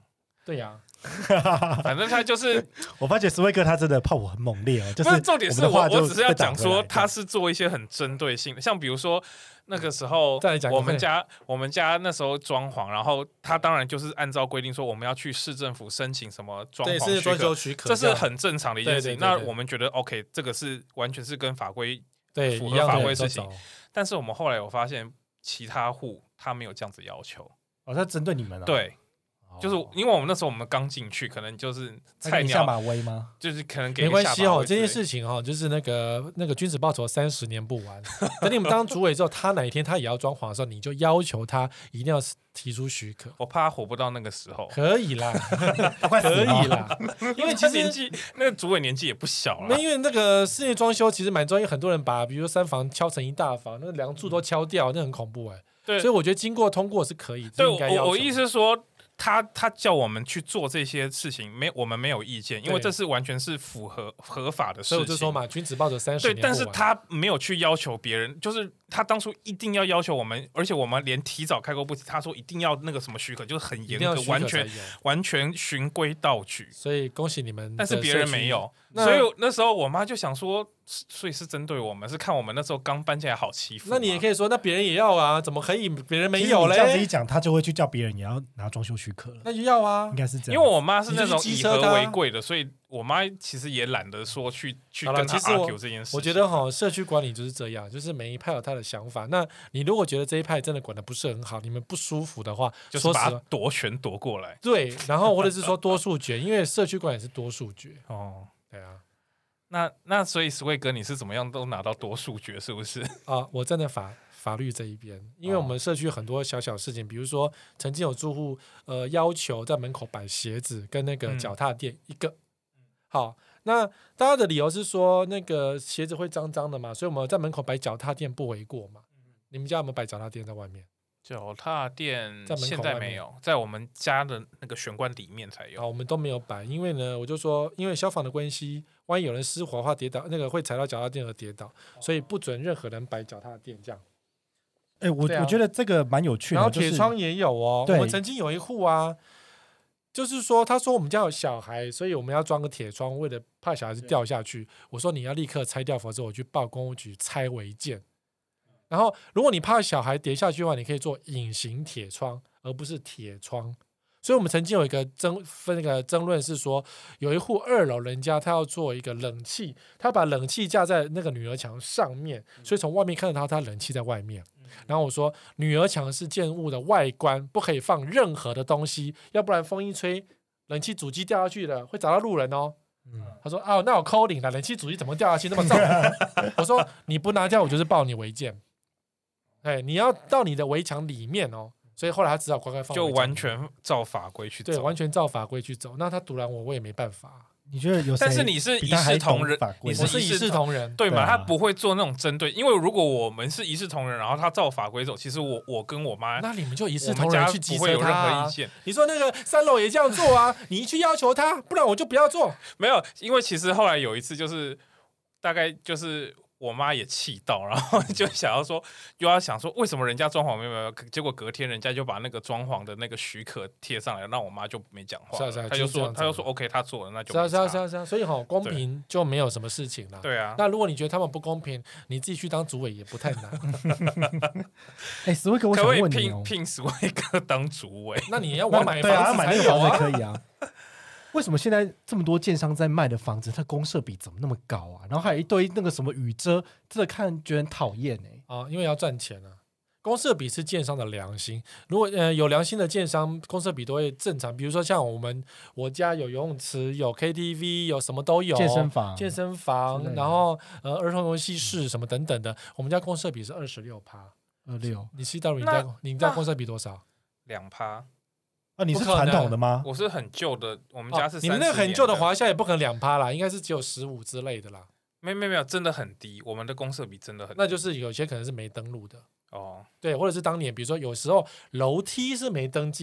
对呀、 啊，反正他就是我发觉斯威哥他真的炮火很猛烈哦，就是不是重点是我我只是要讲说他是是做一些很针对性的，像比如说那个时候我们家我们家那时候装潢，然后他当然就是按照规定说我们要去市政府申请什么装潢许可，这是很正常的一件事情。那我们觉得 OK， 这个是完全是跟法规对符合法规的事情。但是我们后来有发现其他户他没有这样子要求。 哦，他针对你们了、啊。 对。就是因为我们那时候我们刚进去，可能就是菜鸟下马威吗？ 就是可能给没关系哦，这件事情哦，就是那个那个君子报仇三十年不完。等你们当主委之后，他哪一天他也要装潢的时候，你就要求他一定要提出许可。 我怕他活不到那个时候。 可以啦，可以啦，因为其实年纪那个主委年纪也不小了。 因为那个室内装修其实蛮专业，很多人把比如说三房敲成一大房，那个梁柱都敲掉，那很恐怖哎、欸。对，所以我觉得经过通过是可以。 对，我我意思是说。他他叫我们去做这些事情，没我们没有意见，因为这是完全是符合合法的事情。 所以我就说嘛，君子报仇三十年对，但是他没有去要求别人，就是他当初一定要要求我们，而且我们连提早开过不提，他说一定要那个什么许可，就是很严格，完全完全循规蹈矩。 所以恭喜你们， 但是别人没有，所以那时候我妈就想说，所以是针对我们，是看我们那时候刚搬进来好欺负。 那你也可以说，那别人也要啊，怎么可以别人没有嘞？ 这样子一讲，他就会去叫别人也要拿装修许可了。 那就要啊， 应该是这样。 因为我妈是那种以和为贵的，所以我妈其实也懒得说去去跟他 argue 这件事。 我觉得哈，社区管理就是这样，就是每一派有他的想法。那你如果觉得这一派真的管的不是很好，你们不舒服的话， 就是把它夺权夺过来。 对，然后或者是说多数决，因为社区管理是多数决。 哦， 对啊。 那那所以史卫哥，你是怎么样都拿到多数决，是不是？ 啊，我站在法法律这一边，因为我们社区很多小小事情，比如说曾经有住户呃要求在门口摆鞋子跟那个脚踏垫一个，嗯、好，那大家的理由是说那个鞋子会脏脏的嘛，所以我们在门口摆脚踏垫不为过嘛。嗯、你们家有没有摆脚踏垫在外面？ 脚踏垫在门口现在没有，在我们家的那个玄关里面才有。 好，我们都没有摆，因为呢，我就说，因为消防的关系，万一有人失火的话跌倒，那个会踩到脚踏垫而跌倒，所以不准任何人摆脚踏垫这样。 哎、欸，我、啊、我觉得这个蛮有趣的。 然后铁窗也有哦， 就是、 我们曾经有一户啊，就是说他说我们家有小孩，所以我们要装个铁窗，为了怕小孩子掉下去。我说你要立刻拆掉，否则我去报公务局拆违建。然后，如果你怕小孩跌下去的话，你可以做隐形铁窗，而不是铁窗。所以，我们曾经有一个争分那个争论是说，有一户二楼人家他要做一个冷气，他把冷气架在那个女儿墙上面，所以从外面看得到他冷气在外面。然后我说，女儿墙是建物的外观，不可以放任何的东西，要不然风一吹，冷气主机掉下去了，会找到路人哦。嗯、他说：“哦，那我扣零了，冷气主机怎么掉下去那么重？”我说：“你不拿掉，我就是报你违建。”哎，你要到你的围墙里面哦，所以后来他只好乖乖放， 就完全照法规去走， 对，完全照法规去走。那他堵拦我，我也没办法。 你觉得有？ 但是你是一视同仁，你是一视同仁， 对嘛？他不会做那种针对，因为如果我们是一视同仁，然后他照法规走，其实我我跟我妈， 那你们就一视同仁去不会有任何意见。 你说那个三楼也这样做啊？你一去要求他，不然我就不要做。 没有，因为其实后来有一次，就是大概就是。我妈也气到，然后就想要说，又要想说，为什么人家装潢没有？结果隔天人家就把那个装潢的那个许可贴上来，让我妈就没讲话。 是啊是啊， 他就说，他就说 OK， 他做了，那就。 是啊是啊是啊是啊，所以哈，公平就没有什么事情了。 对啊。 那如果你觉得他们不公平，你自己去当主委也不太难。 哎，史威哥，我想问你、哦， 可不可以聘聘史威哥当主委？ 那你要我买房子对啊，买那个房子可以啊。为什么现在这么多建商在卖的房子，它公设比怎么那么高啊？然后还有一堆那个什么雨遮，真的看觉得很讨厌哎。 啊，因为要赚钱啊。公设比是建商的良心，如果呃有良心的建商，公设比都会正常。比如说像我们我家有游泳池，有 K T V， 有什么都有， 健身房、 健身房，然后呃儿童游戏室什么等等的，我们家公设比是二十六趴， 二六。 你知道你家你家公设比多少？ 两趴。 啊，你是传统的吗？ 我是很旧的，我们家是、哦、 你们那个很旧的华夏也不可能两趴啦，应该是只有十五之类的啦。 没没没有，真的很低，我们的公设比真的很低。 那就是有些可能是没登录的哦， 对，或者是当年比如说有时候楼梯是没登记的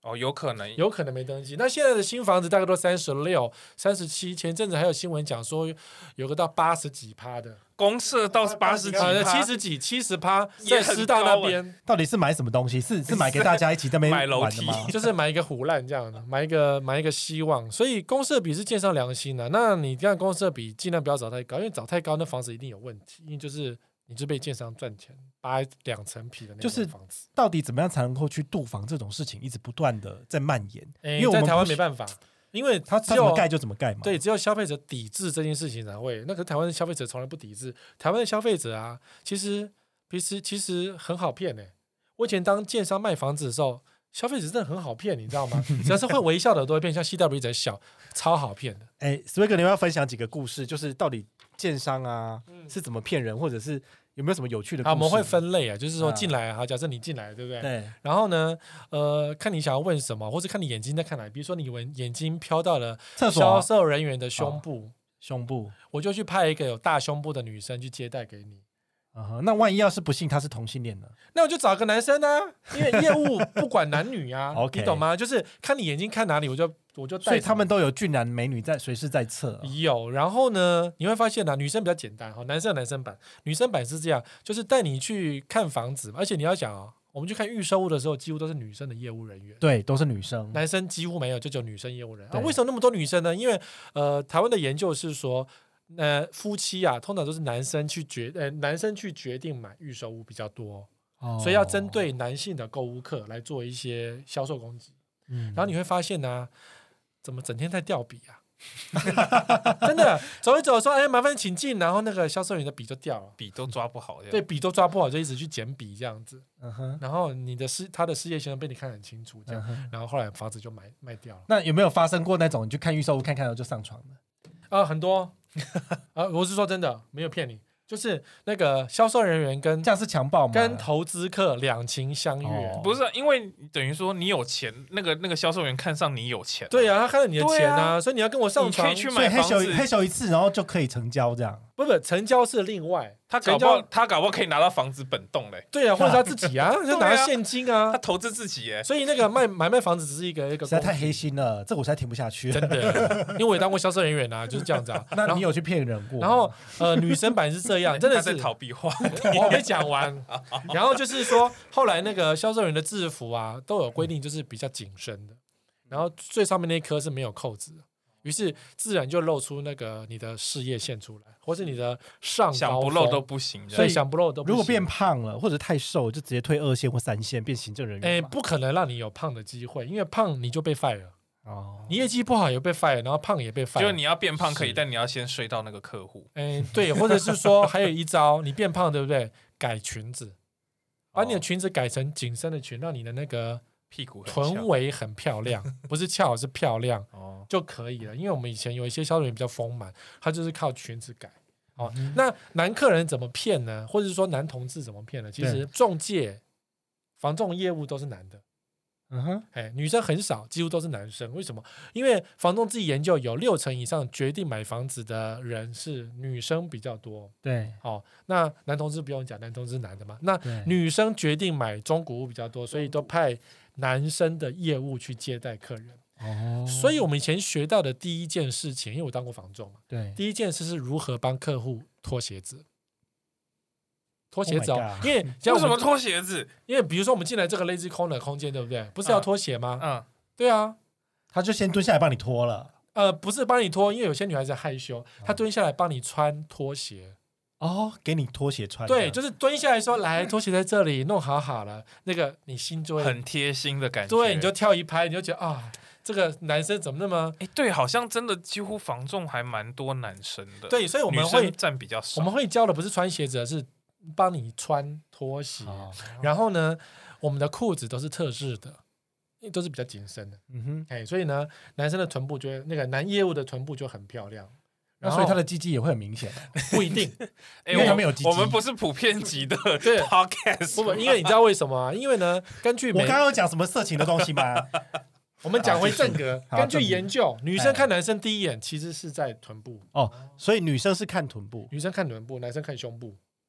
哦，有可能， 有可能没登记。那现在的新房子大概都三十六、三十七，前阵子还有新闻讲说有个到八十几趴的， 公社到八十几趴， 啊，七十几、七十趴， 也很在师大那边， 到底是买什么东西？是是买给大家一起在那边玩的吗？ 就是买一个唬烂这样的，买一个买一个希望。所以公社比是建商良心的、啊，那你这样公社比尽量不要找太高，因为找太高那房子一定有问题，因为就是你就被建商赚钱，扒两层皮的那种房子。 到底怎么样才能够去杜防这种事情一直不断的在蔓延？ 欸、 因为我们在台湾没办法。因为他怎么盖就怎么盖嘛， 对，只有消费者抵制这件事情才会。那个台湾的消费者从来不抵制，台湾的消费者啊，其实其实其实很好骗呢、欸。我以前当建商卖房子的时候，消费者真的很好骗，你知道吗？只要是会微笑的都会骗，像 C W 在笑，超好骗的。 哎 ，Swag， 你要分享几个故事，就是到底建商啊、嗯、是怎么骗人，或者是有没有什么有趣的故事？ 好，我们会分类啊，就是说进来啊，假设你进来，对不对？ 对。 然后呢，呃，看你想要问什么，或者看你眼睛在看哪，比如说你眼睛飘到了销售人员的胸部， 哦、胸部， 我就去派一个有大胸部的女生去接待给你。 Uh-huh, 那万一要是不幸他是同性恋呢？ 那我就找个男生啊，因为业务不管男女啊， okay. 你懂吗？就是看你眼睛看哪里，我就我就带。 所以他们都有俊男美女在随时在侧、啊。 有，然后呢，你会发现啊，女生比较简单哈，男生有男生版，女生版是这样，就是带你去看房子，而且你要讲啊，我们去看预售屋的时候，几乎都是女生的业务人员， 对，都是女生， 男生几乎没有，就只有女生业务人员。啊，为什么那么多女生呢？因为呃，台湾的研究是说。呃，夫妻啊，通常都是男生去决，呃，男生去决定买预售屋比较多，哦、所以要针对男性的购物客来做一些销售攻击。嗯，然后你会发现呢、啊，怎么整天在调笔啊？真的，走一走说，哎，麻烦请进，然后那个销售员的笔就掉了， 笔都抓不好， 对，笔都抓不好，就一直去捡笔这样子。 嗯哼， 然后你的事，他的事业线被你看得很清楚，这样、嗯，然后后来房子就买卖掉了。 那有没有发生过那种你去看预售屋看看然后就上床的？ 啊，很多啊，我是说真的，没有骗你，就是那个销售人员跟这样是强暴吗？ 跟投资客两情相悦， 哦、不是、啊，因为等于说你有钱，那个那个销售员看上你有钱、啊， 对啊，他看到你的钱啊，啊所以你要跟我上床， 你可以去买房子， 黑手一次，然后就可以成交这样。 不不，成交是另外， 他搞不好他搞不好可以拿到房子本栋嘞。 对啊，或者他自己啊，就拿现金啊， 他投资自己耶。 所以那个卖买卖房子只是一个一个， 实在太黑心了，这我实在听不下去了。 真的，因为我也当过销售人员啊，就是这样子啊。 那你有去骗人过？ 然后呃，女生版是这样，真的是他在逃避话， 我没讲完。然后就是说，后来那个销售员的制服啊，都有规定，就是比较紧身的，然后最上面那一颗是没有扣子的。于是自然就露出那个你的事业线出来，或是你的上高想不露都不行， 所以想不露都不行。 如果变胖了或者太瘦，就直接退二线或三线，变行政人员。 哎，不可能让你有胖的机会，因为胖你就被 fire 哦，你业绩不好也被 fire， 然后胖也被 fire。 就是你要变胖可以，但你要先睡到那个客户。 哎，对，或者是说还有一招，你变胖对不对？改裙子，把你的裙子改成紧身的裙，让你的那个。 屁股臀围很漂亮，不是翘是漂亮、哦、就可以了。因为我们以前有一些销售员比较丰满，他就是靠裙子改。哦，嗯、那男客人怎么骗呢？或者是说男同志怎么骗呢？其实中介、房仲业务都是男的，嗯哼，哎，女生很少，几乎都是男生。为什么？因为房仲自己研究，有六成以上决定买房子的人是女生比较多。 对， 哦，那男同志不用讲，男同志是男的嘛。那女生决定买中古屋比较多，所以都派男生的业务去接待客人。哦，所以我们以前学到的第一件事情，因为我当过房仲嘛， 对， 第一件事是如何帮客户脱鞋子。脱鞋子哦， oh、 因为为什么脱鞋子？ 因为比如说我们进来这个 lazy corner 空间，对不对？不是要脱鞋吗？ 嗯， 嗯对啊， 他就先蹲下来帮你脱了。 呃，不是帮你脱，因为有些女孩子害羞，她蹲下来帮你穿拖鞋。 哦，给你拖鞋穿。 对，就是蹲下来说，来，拖鞋在这里，弄好好了，那个你心就会很贴心的感觉。 对，你就跳一拍，你就觉得啊，这个男生怎么那么…… 哎，对，好像真的几乎房仲还蛮多男生的。 对，所以我们会占比较少。 我们会教的不是穿鞋子，而是帮你穿拖鞋。哦、然后呢，我们的裤子都是特制的。都是比较紧身的，嗯哼，哎，所以呢，男生的臀部就会那个男业务的臀部就很漂亮， 那所以他的鸡鸡也会很明显， 不一定， 因为他没有鸡鸡。我们不是普遍级的 podcast， 不，因为你知道为什么啊？因为呢，根据我刚刚有讲什么色情的东西吗？ 我们讲回正格，根据研究，女生看男生第一眼其实是在臀部哦，所以女生是看臀部， 女生看臀部，男生看胸部。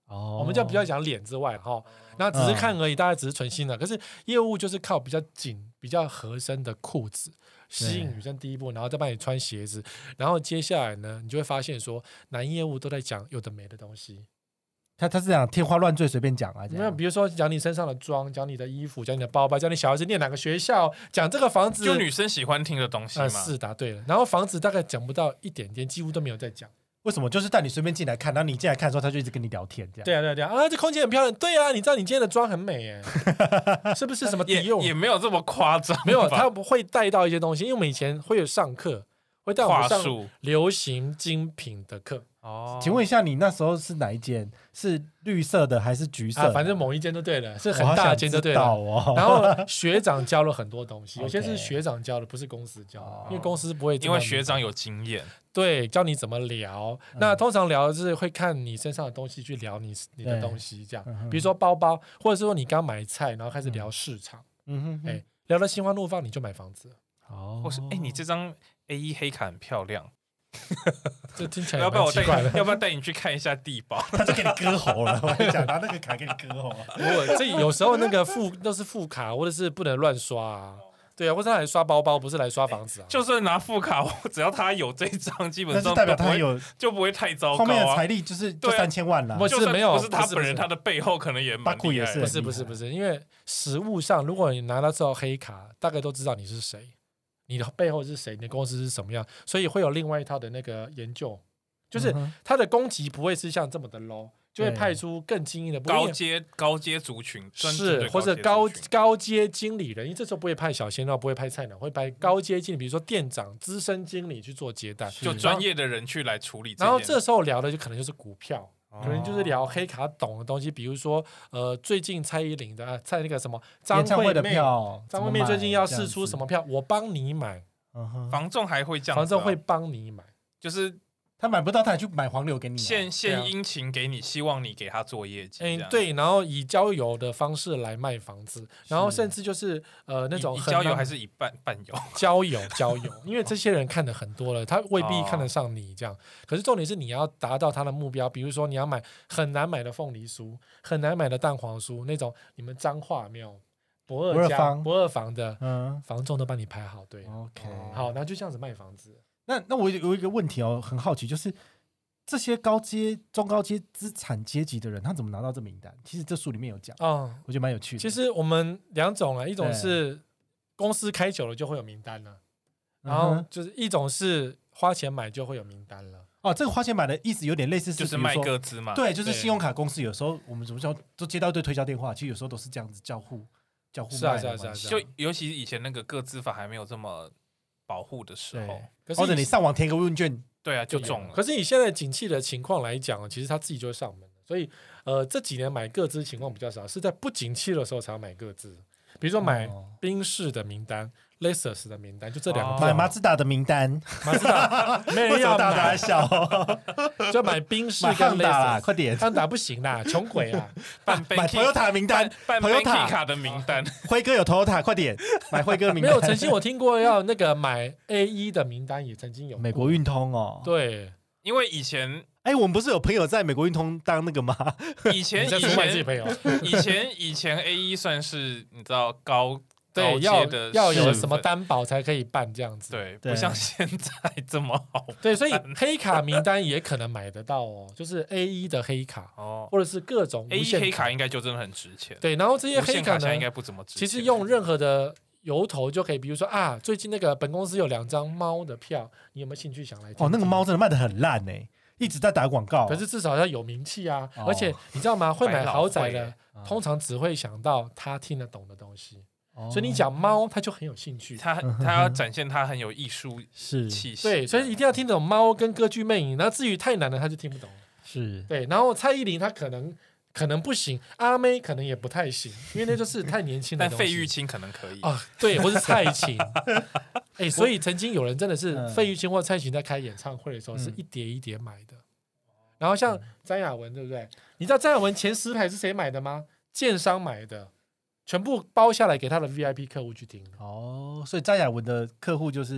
哦， 我们就比较讲脸之外哈，那只是看而已，大家只是存心的。可是业务就是靠比较紧、比较合身的裤子吸引女生第一步，然后再帮你穿鞋子，然后接下来呢，你就会发现说，男业务都在讲有的没的东西。 他他是讲天花乱坠，随便讲啊。 没有，比如说讲你身上的妆，讲你的衣服，讲你的包包，讲你小孩子念哪个学校，讲这个房子， 就女生喜欢听的东西嘛。 呃、是答对了。然后房子大概讲不到一点点，几乎都没有在讲。 为什么？就是带你随便进来看，然后你进来看的时候，他就一直跟你聊天，这样。 对啊，对啊，对啊，啊，这空间很漂亮。对啊，你知道你今天的妆很美耶，是不是？什么迪奥也也没有这么夸张， 没有，他会带到一些东西，因为我们以前会有上课，会带我们上流行精品的课。 哦， 请问一下，你那时候是哪一间？是绿色的还是橘色的？ 啊，反正某一间就对了，是很大间就对了。 哦、 然后学长教了很多东西，有些是学长教的，不是公司教的， okay. 因为公司不会。 因为学长有经验， 对，教你怎么聊。嗯、那通常聊的是会看你身上的东西去聊你你的东西，这样。嗯、比如说包包，或者是说你刚买菜，然后开始聊市场。嗯哼哼，哎，聊到心花怒放，你就买房子。 哦，或是哎，你这张 A 一 黑卡很漂亮。 这听起来要不要我带你？要不要带你去看一下地堡？ 他就给你割喉了，我跟你讲，拿那个卡给你割喉。 我这有时候那个副都是副卡，或者是不能乱刷啊。对啊，或者他来刷包包，不是来刷房子啊。 就算拿副卡，只要他有这张，基本上代表他有， 就不会太糟糕、啊。 后面的财力就是就三千万了。 不是没有， 不是他本人，他的背后可能也蛮厉害的。 不是不是不是，因为实务上，如果你拿到这张黑卡，大概都知道你是谁。你的背后是谁？你的公司是什么样？所以会有另外一套的那个研究，就是它的攻击不会是像这么的 low， 就会派出更精英的高阶高阶族群， 是或者高高阶经理人，因为这时候不会派小鲜肉，不会派菜鸟，会派高阶经理，比如说店长、资深经理去做接待， 就专业的人去来处理。 然后这时候聊的就可能就是股票。可能就是聊黑卡懂的东西，比如说，呃，最近蔡依林的蔡那个什么张惠妹，张惠妹最近要释出什么票，我帮你买。 嗯、房仲还会这样、啊， 房仲会帮你买， 就是他买不到，他还去买黄牛给你、啊， 献献殷勤给你，希望你给他做业绩。 哎、欸，对，然后以交友的方式来卖房子，然后甚至就是呃那种以交友还是以伴伴游， 交友交友，因为这些人看的很多了，他未必看得上你这样。哦、可是重点是你要达到他的目标，比如说你要买很难买的凤梨酥，很难买的蛋黄酥，那种你们彰化没有？博二家博二房的，嗯，房仲都帮你排好队。 OK， 好，然后就这样子卖房子。 那那我有一个问题哦，很好奇，就是这些高阶、中高阶资产阶级的人，他怎么拿到这名单？其实这书里面有讲，嗯，我觉得蛮有趣的。 其实我们两种啊，一种是公司开久了就会有名单了，然后就是一种是花钱买就会有名单了。 哦，这个花钱买的意思有点类似是， 就是卖个资嘛。 对，就是信用卡公司有时候我们怎么叫都接到一堆推销电话，其实有时候都是这样子交互。 是啊是啊是啊， 就尤其以前那个个资法还没有这么保护的时候， 或者你上网填个问卷， 对啊就中了。 可是以现在景气的情况来讲，其实他自己就会上门，所以呃这几年买个资情况比较少，是在不景气的时候才要买个资，比如说买宾士的名单。Lexus 的名单就这两个， 买马自达的名单， 马自达没人要买， 小就买宾士跟 Lexus， 快点， 汉达不行啦，穷鬼啊！ 买 Toyota 名单， 办 Toyota 卡的名单， 辉哥有 Toyota， 快点买辉哥名单。 没有，曾经我听过要那个买 A 一 的名单，也曾经有美国运通哦。 对， 因为以前。 哎、欸，我们不是有朋友在美国运通当那个吗？ 以前以前以前以前 A 一 算是你知道高。 对，要要有什么担保才可以办这样子， 对，不像现在这么好。 对，所以黑卡名单也可能买得到哦，就是 A 一 的黑卡哦，或者是各种无限 A 一 黑卡应该就真的很值钱。 对，然后这些黑卡呢， 应该不怎么值钱。 其实用任何的由头就可以，比如说啊，最近那个本公司有两张猫的票，你有没有兴趣想来听听？ 哦，那个猫真的卖得很烂哎、欸，一直在打广告。 可是至少要有名气啊，哦、而且你知道吗？会买豪宅的，通常只会想到他听得懂的东西。所以你讲猫，他就很有兴趣， 他他要展现他很有艺术气息， 对，所以一定要听懂猫跟歌剧魅影。然后至于太难了，他就听不懂。 是对， 然后蔡依林她可能可能不行，阿妹可能也不太行，因为那就是太年轻的东西。 但费玉清可能可以啊，对，或是蔡琴。哎，所以曾经有人真的是费玉清或蔡琴在开演唱会的时候，是一叠一叠买的。然后像詹雅雯，对不对？你知道詹雅雯前十排是谁买的吗？建商买的。全部包下来给他的 V I P 客户去听哦，所以詹雅雯的客户就是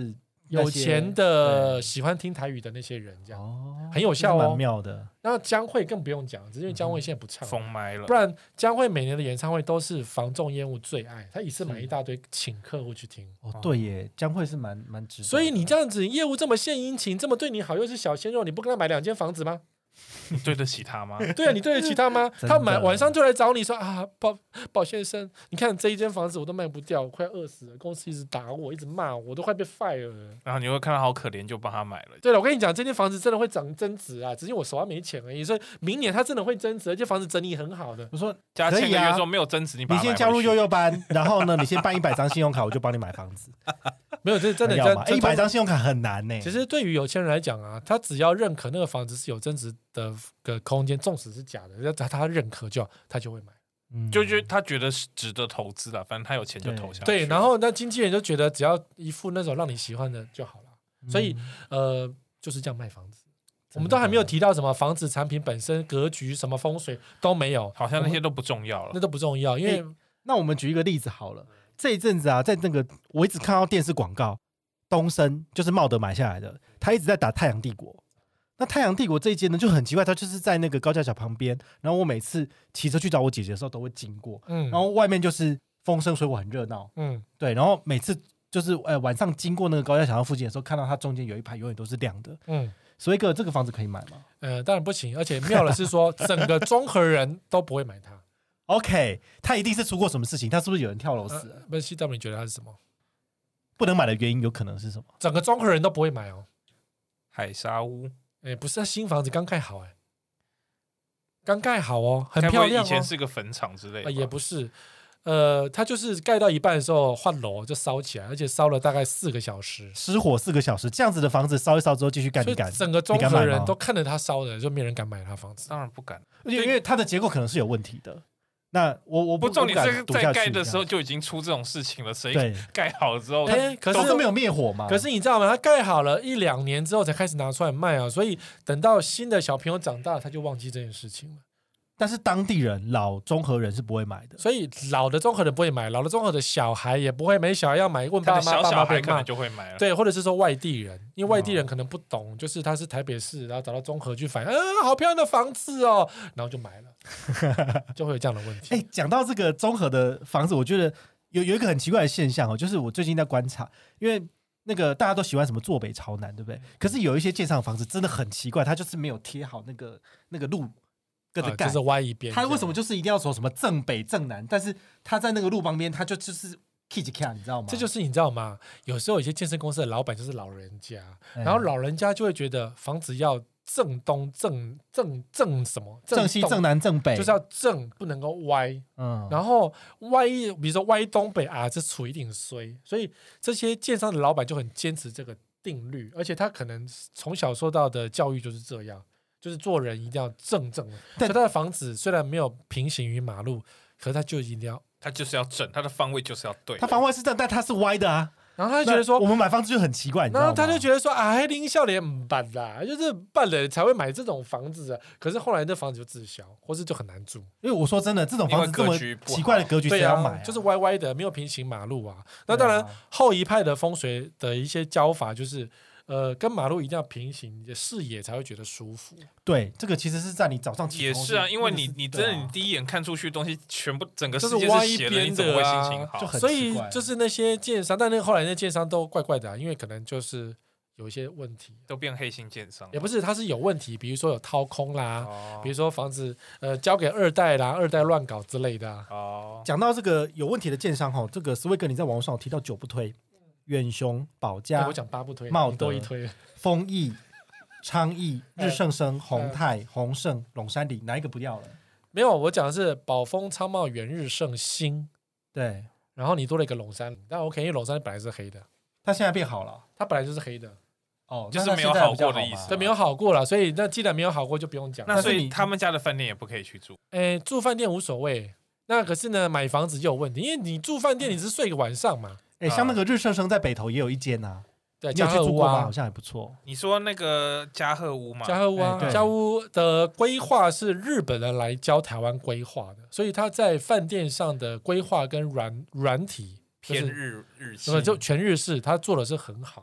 有钱的喜欢听台语的那些人，这样、 哦， 很有效哦， 蛮妙的。 然后江蕙更不用讲，只是因为江蕙现在不唱， 封麦了， 不然江蕙每年的演唱会都是房仲业务最爱，他一次买一大堆，请客户去听。 哦，对耶，江蕙是蛮蛮值得的。 所以你这样子业务这么献殷勤，这么对你好，又是小鲜肉，你不跟他买两间房子吗？ 你对得起他吗？ 对啊，你对得起他吗？他买晚上就来找你说啊，宝宝先生，你看这一间房子我都卖不掉，我快饿死了，公司一直打我，一直骂我，我都快被 fire 了。 然后你会看他好可怜，就帮他买了。 对了，我跟你讲，这间房子真的会涨增值啊，只是我手上没钱而已。所以明年它真的会增值，而且房子整理很好的。 我说加可以啊签个约说没有增值，你把你它买回去先加入悠悠班，然后呢，你先办一百张信用卡，我就帮你买房子。 没有，这真的要吗？ 真一百张信用卡很难呢。 其实对于有钱人来讲啊，他只要认可那个房子是有增值的的空间，纵使是假的，他他认可就好，他就会买。 嗯就觉得他觉得是值得投资的，反正他有钱就投下去。 对，然后那经纪人就觉得只要一副那种让你喜欢的就好了。所以呃，就是这样卖房子。我们都还没有提到什么房子产品本身格局、什么风水都没有， 好像那些都不重要了那。都不重要，因为、 欸那我们举一个例子好了，这一阵子啊，在那个我一直看到电视广告，东升就是茂德买下来的，他一直在打太阳帝国。那太阳帝国这一间呢就很奇怪，它就是在那个高架桥旁边，然后我每次骑车去找我姐姐的时候都会经过， 嗯， 然后外面就是风生水火很热闹， 嗯， 对，然后每次就是呃晚上经过那个高架桥附近的时候，看到它中间有一排永远都是亮的， 嗯， 所以个这个房子可以买吗呃，当然不行，而且妙的是说，整个中和人都不会买它。 ？OK，他一定是出过什么事情，他是不是有人跳楼死了？ 呃、不是，西藏你觉得它是什么？ 不能买的原因有可能是什么？ 整个中和人都不会买哦。 海沙屋， 哎，不是，新房子刚盖好，哎，刚盖好哦，很该不会漂亮哦。 以前是个坟场之类的吧、 呃也不是，呃，它就是盖到一半的时候换楼就烧起来，而且烧了大概四个小时。 失火四个小时，这样子的房子烧一烧之后继续干， 所以你敢？ 整个中你敢买吗和人都看着他烧的，就没人敢买他房子。 当然不敢。 因为因为它的结构可能是有问题的。那我我不，重点是在在盖的时候就已经出这种事情了，谁对盖好了之后， 哎，可是都是没有灭火嘛。 可是你知道吗？他盖好了一两年之后才开始拿出来卖啊，所以等到新的小朋友长大，他就忘记这件事情了。 但是当地人老中和人是不会买的。 所以老的中和人不会买，老的中和的小孩也不会，没小孩要买，问爸妈， 他的小爸妈被骂小孩可能。就会买了。 对，或者是说外地人，因为外地人可能不懂，就是他是台北市，然后找到中和去反映，啊，好漂亮的房子哦，然后就买了，就会有这样的问题。 哎，讲到这个中和的房子，我觉得有有一个很奇怪的现象哦，就是我最近在观察，因为那个大家都喜欢什么坐北朝南，对不对？可是有一些建商的房子真的很奇怪，它就是没有贴好那个那个路跟着盖， 啊就是歪一边。 它为什么就是一定要说什么正北正南？但是它在那个路旁边，它就就是 k i t k 你知道吗？ 这就是你知道吗？有时候有些健身公司的老板就是老人家， 哎然后老人家就会觉得房子要正东正正正什么东正西正南正北， 就是要正，不能够歪。 嗯， 然后歪，比如说歪东北啊，这处一定衰。所以这些建商的老板就很坚持这个定律，而且他可能从小受到的教育就是这样，就是做人一定要正正的。所以他的房子虽然没有平行于马路，可是他就一定要， 他就是要正，他的方位就是要对。 它方位是正，但它是歪的啊。 然后他就觉得说那我，们买房子就很奇怪，你知道吗？ 然后他就觉得说啊，林笑脸唔办啦，就是办人才会买这种房子啊。可是后来那房子就滞销，或是就很难住。 因为我说真的，这种房子这么因为格局不好奇怪的格局，谁对要买啊？ 啊，就是歪歪的，没有平行马路啊。那当然，后一派的风水的一些教法就是，呃，跟马路一定要平行，你的视野才会觉得舒服。 对，这个其实是在你早上起床也是啊，因为你那个是你真的对啊你第一眼看出去的东西，全部整个就是世界歪一是斜的，你边怎么会的啊心情好？ 就很所以奇怪就是那些建商，但那后来那建商都怪怪的、啊，因为可能就是有一些问题， 都变黑心建商也不是，它是有问题，比如说有掏空啦， 哦比如说房子呃交给二代啦，二代乱搞之类的、啊。 哦， 讲到这个有问题的建商哈，这个斯威格你在网络上有提到九不推，远雄、宝哎家我、讲八不推， 茂你多德一推。 丰益、昌益、日盛哎生、宏泰、宏盛、龙山里，哪一个不要了？ 没有，我讲的是宝丰、昌茂、远日盛、兴， 对， 然后你多了一个龙山里，但 OK，因为龙山里本来是黑的， 它现在变好了它本来就是黑的， 哦， 就是那它现在没有好比较嘛过的意思对，没有好过了，所以那既然没有好过，就不用讲。 那所以但是你他们家的饭店也不可以去住。 诶，住饭店无所谓，那可是呢，买房子就有问题，因为你住饭店你是睡个晚上嘛， 哎，像那个日盛生在北投也有一间呐， 对， 你有嘉禾屋去住过吗？ 啊好，像还不错。 你说那个嘉禾屋嘛？ 嘉禾屋啊哎，对嘉禾屋的规划是日本人来教台湾规划的，所以他在饭店上的规划跟软软体就是偏日日系那么就全日式，他做的是很好。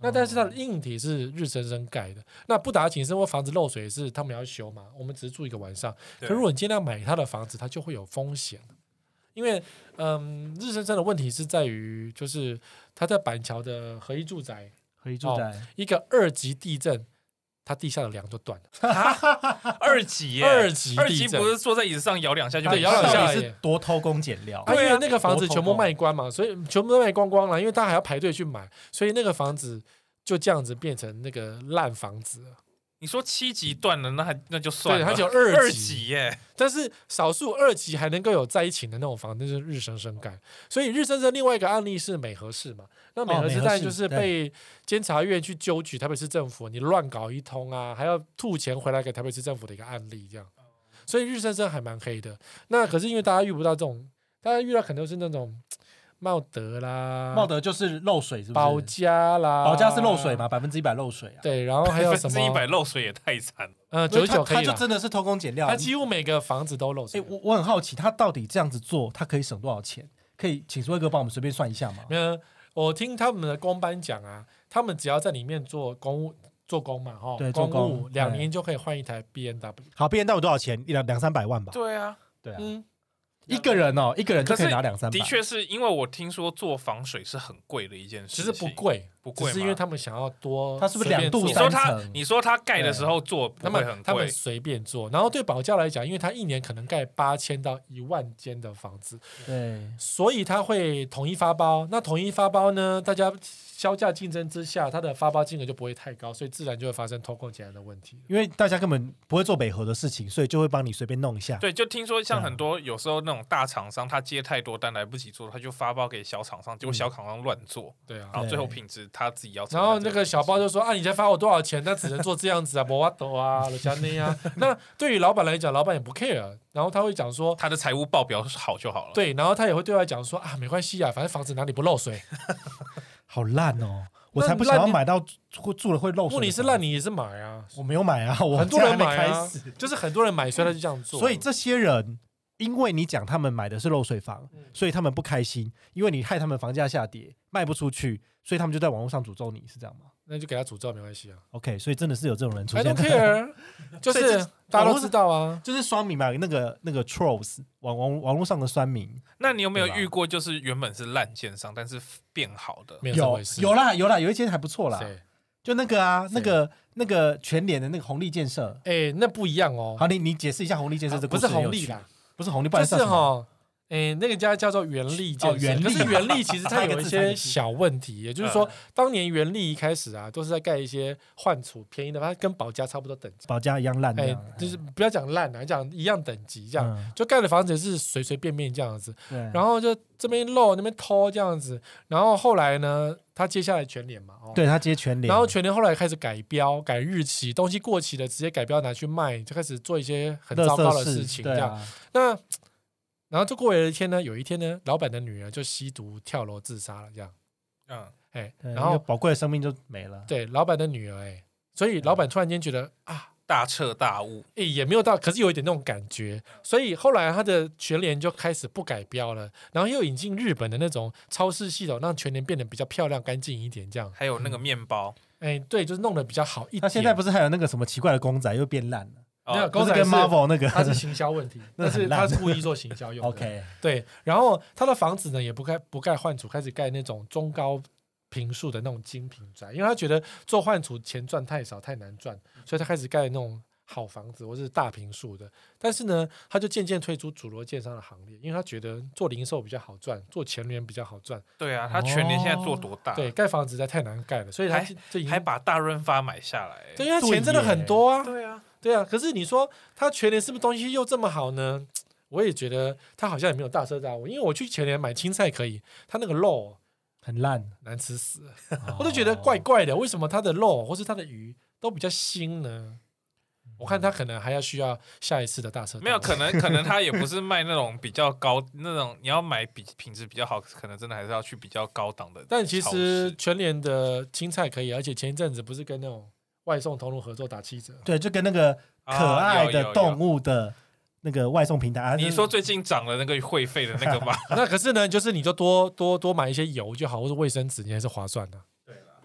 那但是它的硬体是日生生盖的，那不打紧是因为房子漏水是他们要修嘛，我们只是住一个晚上。可如果你尽量买他的房子，它就会有风险，因为嗯，日生生的问题是在于，就是它在板桥的合一住宅， 合一住宅、哦、 一个二级地震。它地下的梁就断了， 二级耶， 二级二级不是坐在椅子上摇两下就对，摇两下是多偷工减料。 啊，因为那个房子全部卖光嘛，所以全部都卖光光了，因为他还要排队去买，所以那个房子就这样子变成那个烂房子了。 你说七级断了，那还那就算了， 对，它只有二级二级耶。 但是少数二级还能够有在一起的那种房子，就是日生生盖。所以日生生另外一个案例是美和市嘛，那美和市在就是被监察院去纠举台北市政府，你乱搞一通啊，还要吐钱回来给台北市政府的一个案例，这样。所以日生生还蛮黑的。那可是因为大家遇不到这种，大家遇到可能是那种。茂德啦， 茂德就是漏水，是不是？ 保家啦， 保家是漏水嘛，百分之一百漏水啊。 对，然后还有什么？ 百分之一百漏水也太惨了。 呃，九十九可以， 他就真的是偷工减料， 他几乎每个房子都漏水。 哎、欸，我我很好奇，他到底这样子做，他可以省多少钱？可以请苏威哥帮我们随便算一下吗？ 呃，我听他们的工班讲啊，他们只要在里面做公务。做工嘛，哈， 对， 公务两年就可以换一台 B M W。 好 ，B M W 多少钱？两两三百万吧。 对啊， 对啊， 嗯。 一个人哦，一个人就可以拿两三百。 的确是因为我听说做防水是很贵的一件事情， 其实不贵， 不贵， 只是因为他们想要多。 他是不是两度你说他，你说他盖的时候做不会很贵， 他们随便做。然后对保家来讲，因为他一年可能盖八千到一万间的房子， 对， 所以他会统一发包。那统一发包呢，大家销价竞争之下，它的发包金额就不会太高，所以自然就会发生偷工减料的问题。 因为大家根本不会做北河的事情，所以就会帮你随便弄一下。 对，就听说像很多有时候那种大厂商，他接太多单来不及做，他就发包给小厂商，结果小厂商乱做， 对啊， 然后最后品质他自己要。 然后那个小包就说啊，你才发我多少钱？那只能做这样子啊，没办法啊，就这样啊。那对于老板来讲，老板也不 care， 然后他会讲说他的财务报表好就好了。 对，然后他也会对外讲说啊，没关系啊，反正房子哪里不漏水。 好烂哦。我才不想要买到住了会漏水。 问题是烂，你也是买啊， 我没有买啊，我很多人买啊，就是很多人买，所以他就这样做。 所以这些人，因为你讲他们买的是漏水房，嗯、所以他们不开心，因为你害他们房价下跌，卖不出去，所以他们就在网络上诅咒你，是这样吗？ 那就给他诅咒没关系啊。 OK， 所以真的是有这种人出现。 I don't care， 就是大家都知道啊， 就是酸民嘛，那个那个 trolls 网网网络上的酸民。 那你有没有遇过，就是原本是烂建商，但是变好的？ 有有啦有啦，有一间还不错啦。就那个啊，那个那个全联的那个红利建设， 哎、欸，那不一样哦。 好，你你解释一下红利建设这个、啊、 不是红利啦， 不是红利，不然就是哈。诶，那个家叫做元利建设，可是元利其实它有一些小问题，也就是说，当年元利一开始啊，都是在盖一些换储便宜的，它跟保家差不多等级， 保家一样烂， 哎，就是不要讲烂啊，讲一样等级这样，就盖的房子是随随便便这样子，然后就这边漏那边偷这样子，然后后来呢，他接下来全联嘛， 对他接全联， 然后全联后来开始改标、改日期，东西过期了直接改标拿去卖，就开始做一些很糟糕的事情，这样，那。然后就过了一天呢，有一天呢，老板的女儿就吸毒跳楼自杀了，这样，嗯，哎，然后宝贵的生命就没了。 对，老板的女儿，哎，所以老板突然间觉得啊， 大彻大悟， 哎，也没有到，可是有一点那种感觉，所以后来他的全联就开始不改标了，然后又引进日本的那种超市系统，让全联变得比较漂亮、干净一点，这样。 还有那个面包， 哎，对，就是弄得比较好一点。 他现在不是还有那个什么奇怪的公仔又变烂了？ 没有， 公仔跟 Marvel 那个， 它是行销问题，但是他是故意做行销用的。 OK， 对， 然后他的房子呢也不盖不盖换储，开始盖那种中高坪数的那种精品宅，因为他觉得做换储钱赚太少太难赚，所以他开始盖那种好房子或是大坪数的。但是呢，他就渐渐退出主流建商的行列，因为他觉得做零售比较好赚，做全联比较好赚。 对啊，他全联现在做多大？ 对，盖房子实在太难盖了，所以他还还把大润发买下来。 对，因为他钱真的很多啊。 对啊。 对啊，可是你说他全联是不是东西又这么好呢？我也觉得他好像也没有大彻大悟，因为我去全联买青菜可以，他那个肉很烂， 难吃死了，哦、我都觉得怪怪的。为什么他的肉或是他的鱼都比较腥呢？我看他可能还要需要下一次的大彻大悟。 没有，可能可能他也不是卖那种比较高那种，你要买比品质比较好，可能真的还是要去比较高档的。 但其实全联的青菜可以，而且前一阵子不是跟那种外送通路合作打七折， 对，就跟那个可爱的动物的那个外送平台。啊、 你說最近涨了那个会费的那个吗？ 那可是呢，就是你就多多多买一些油就好，或者卫生纸，你还是划算的。 对啦， 嗯，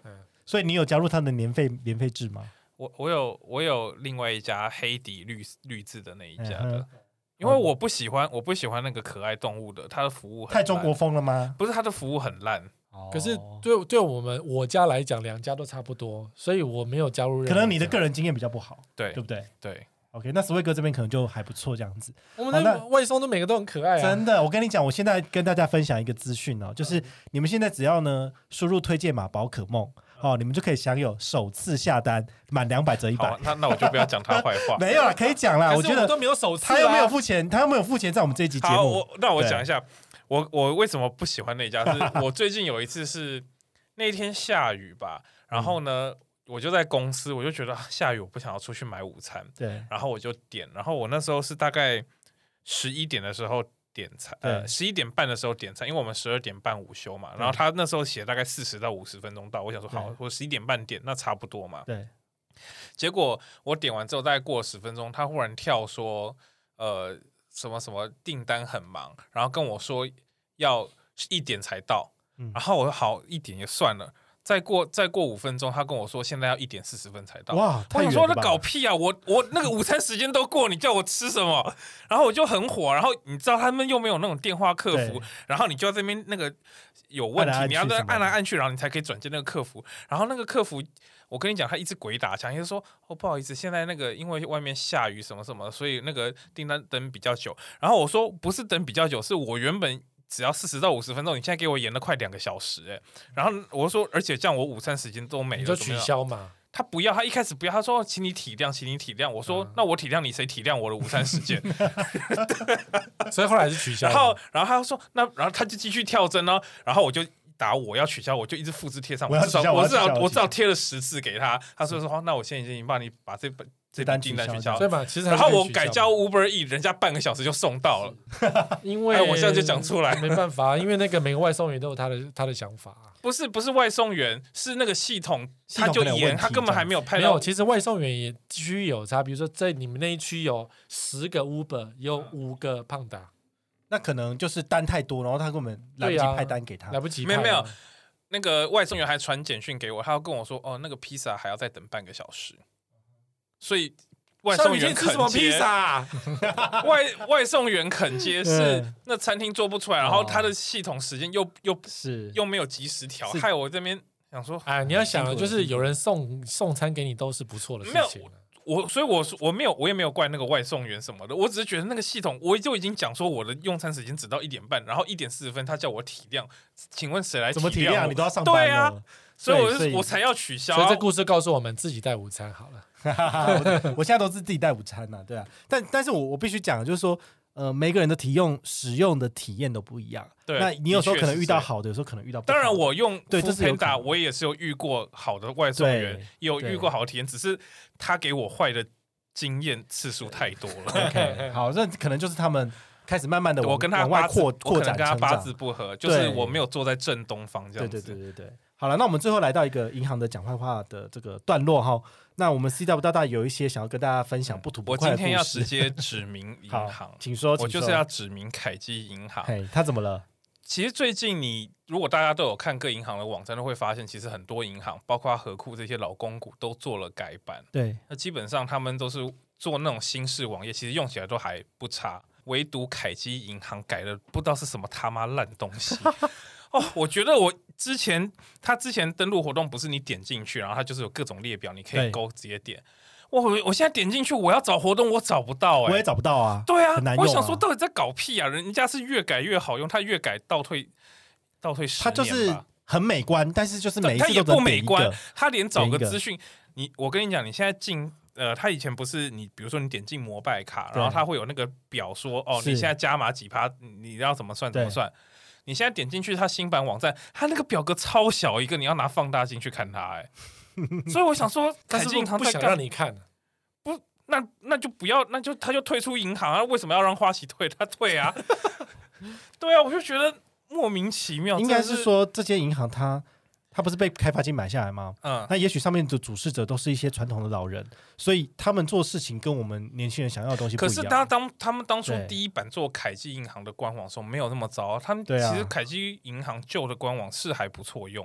所以你有加入他的年费年费制吗？ 我我有我有另外一家黑底绿绿字的那一家的， 嗯、 因为我不喜欢我不喜欢那个可爱动物的，它的服务很太中国风了吗？ 不是，它的服务很烂。 可是对对我们我家来讲，两家都差不多，所以我没有加入任何。 可能你的个人经验比较不好， 对对不对？ 对。 OK， 那 Sway 哥这边可能就还不错，这样子。 我们的外送都每个都很可爱啊！ 真的，我跟你讲，我现在跟大家分享一个资讯哦，就是你们现在只要呢输入推荐码宝可梦哦，你们就可以享有首次下单满两百折一百。 好，那那我就不要讲他坏话。 没有啦，可以讲啦。我觉得都没有首次、啊， 他又没有付钱，他又没有付钱在我们这一集节目。 好，我那我讲一下，我我为什么不喜欢那家？是我最近有一次是那天下雨吧，然后呢。嗯我就在公司，我就觉得下雨，我不想要出去买午餐， 对， 然后我就点，然后我那时候是大概十一点的时候点餐，呃，十一点半的时候点餐，因为我们十二点半午休嘛，然后他那时候写大概四十到五十分钟到，我想说好，我十一点半点，那差不多嘛， 对。 结果我点完之后，大概过了十分钟，他忽然跳说，呃，什么什么订单很忙，然后跟我说要一点才到，嗯、然后我说好一点也算了。再过再过五分钟，他跟我说现在要一点四十分才到。 哇， 我想说那搞屁啊！我我那个午餐时间都过，你叫我吃什么？然后我就很火。然后你知道他们又没有那种电话客服，然后你就要这边那个有问题，你要按来按去，然后你才可以转接那个客服。然后那个客服，我跟你讲，他一直鬼打墙，一直说哦不好意思，现在那个因为外面下雨什么什么，所以那个订单等比较久。然后我说不是等比较久，是我原本。只要四十到五十分钟，你现在给我延了快两个小时哎、欸，然后我说，而且这样我午餐时间都没了， 你就取消嘛。 他不要，他一开始不要，他说请你体谅，请你体谅。我说、嗯、那我体谅你，谁体谅我的午餐时间？ 所以后来是取消。 然后，然后他说那，然后他就继续跳针呢，然后我就打我要取消，我就一直复制贴上， 我至少我至少我至少贴了十次给他。他说说、哦、那我现在已经帮你把这本。这单订单取消， 对吧？其实然后我改叫 Uber E， 人家半个小时就送到了。 因为、 哎、我现在就讲出来， 没办法，因为那个每个外送员都有他的他的想法、啊。 不是不是外送员，是那个系统，他就延，他根本还没有派到。 没有，其实外送员也区有差，比如说在你们那一区有十个 Uber， 有五个胖达， 那可能就是单太多，然后他根本来不及派单给他， 啊、来不及派、啊。没有没有，那个外送员还传简讯给我，他要跟我说，哦，那个披萨还要再等半个小时，所以。外送员肯接，外外送员肯接是那餐厅做不出来，然后他的系统时间又又是又没有及时调，害我这边想说， 哎，你要想的就是有人送送餐给你都是不错的事情。 我所以我我没有我也没有怪那个外送员什么的，我只是觉得那个系统，我就已经讲说我的用餐时间只到一点半，然后一点四十分他叫我体谅，请问谁来体谅？ 怎么体谅？你都要上班了。 对啊，所以我就我才要取消。 所以这故事告诉我们，自己带午餐好了。 我, 我现在都是自己带午餐呐、啊，对啊。但但是我我必须讲，就是说，呃，每个人的体用使用的体验都不一样。 对， 那你有时候可能遇到好的，有时候可能遇到不好的。 当然，我用对这是有 Foodpanda， 我也是有遇过好的外送员，也有遇过好的体验，只是他给我坏的经验次数太多了。 OK， 好，这可能就是他们开始慢慢的我跟他往外扩扩展， 跟他八字不合，就是我没有坐在正东方这样子。 对对对对对。好了，那我们最后来到一个银行的讲坏话的这个段落哈。那我们 C W 大大有一些想要跟大家分享不吐不快的故事。 我今天要直接指名银行， 请说， 我就是要指名凯基银行。 嘿，他怎么了？ 其实最近你如果大家都有看各银行的网站，都会发现，其实很多银行，包括和库这些老公股，都做了改版。 对， 那基本上他们都是做那种新式网页，其实用起来都还不差。唯独凯基银行改了不知道是什么他妈烂东西。哦，我觉得我之前他之前登录活动不是你点进去，然后它就是有各种列表，你可以勾直接点。我我现在点进去，我要找活动，我找不到哎、欸， 我也找不到啊。 对啊， 很难用啊。 我想说到底在搞屁啊！人家是越改越好用，他越改倒退倒退十年吧。 他就是很美观，但是就是每一次都他也不美观，他连找个个资讯，你我跟你讲，你现在进。呃，他以前不是你，比如说你点进摩拜卡，然后他会有那个表说，哦，你现在加码几趴，你要怎么算怎么算。你现在点进去他新版网站，他那个表格超小一个，你要拿放大镜去看它，哎，所以我想说， 但是不想让你看， 不，那那就不要，那就他就退出银行啊？为什么要让花旗退？他退啊？对啊，我就觉得莫名其妙。 应该是说这些银行它。他不是被开发金买下来吗？嗯，那也许上面的主事者都是一些传统的老人，所以他们做事情跟我们年轻人想要的东西不一样。 可是他当他们当初第一版做凯基银行的官网的时候，没有那么糟。他们其实凯基银行旧的官网是还不错用啊。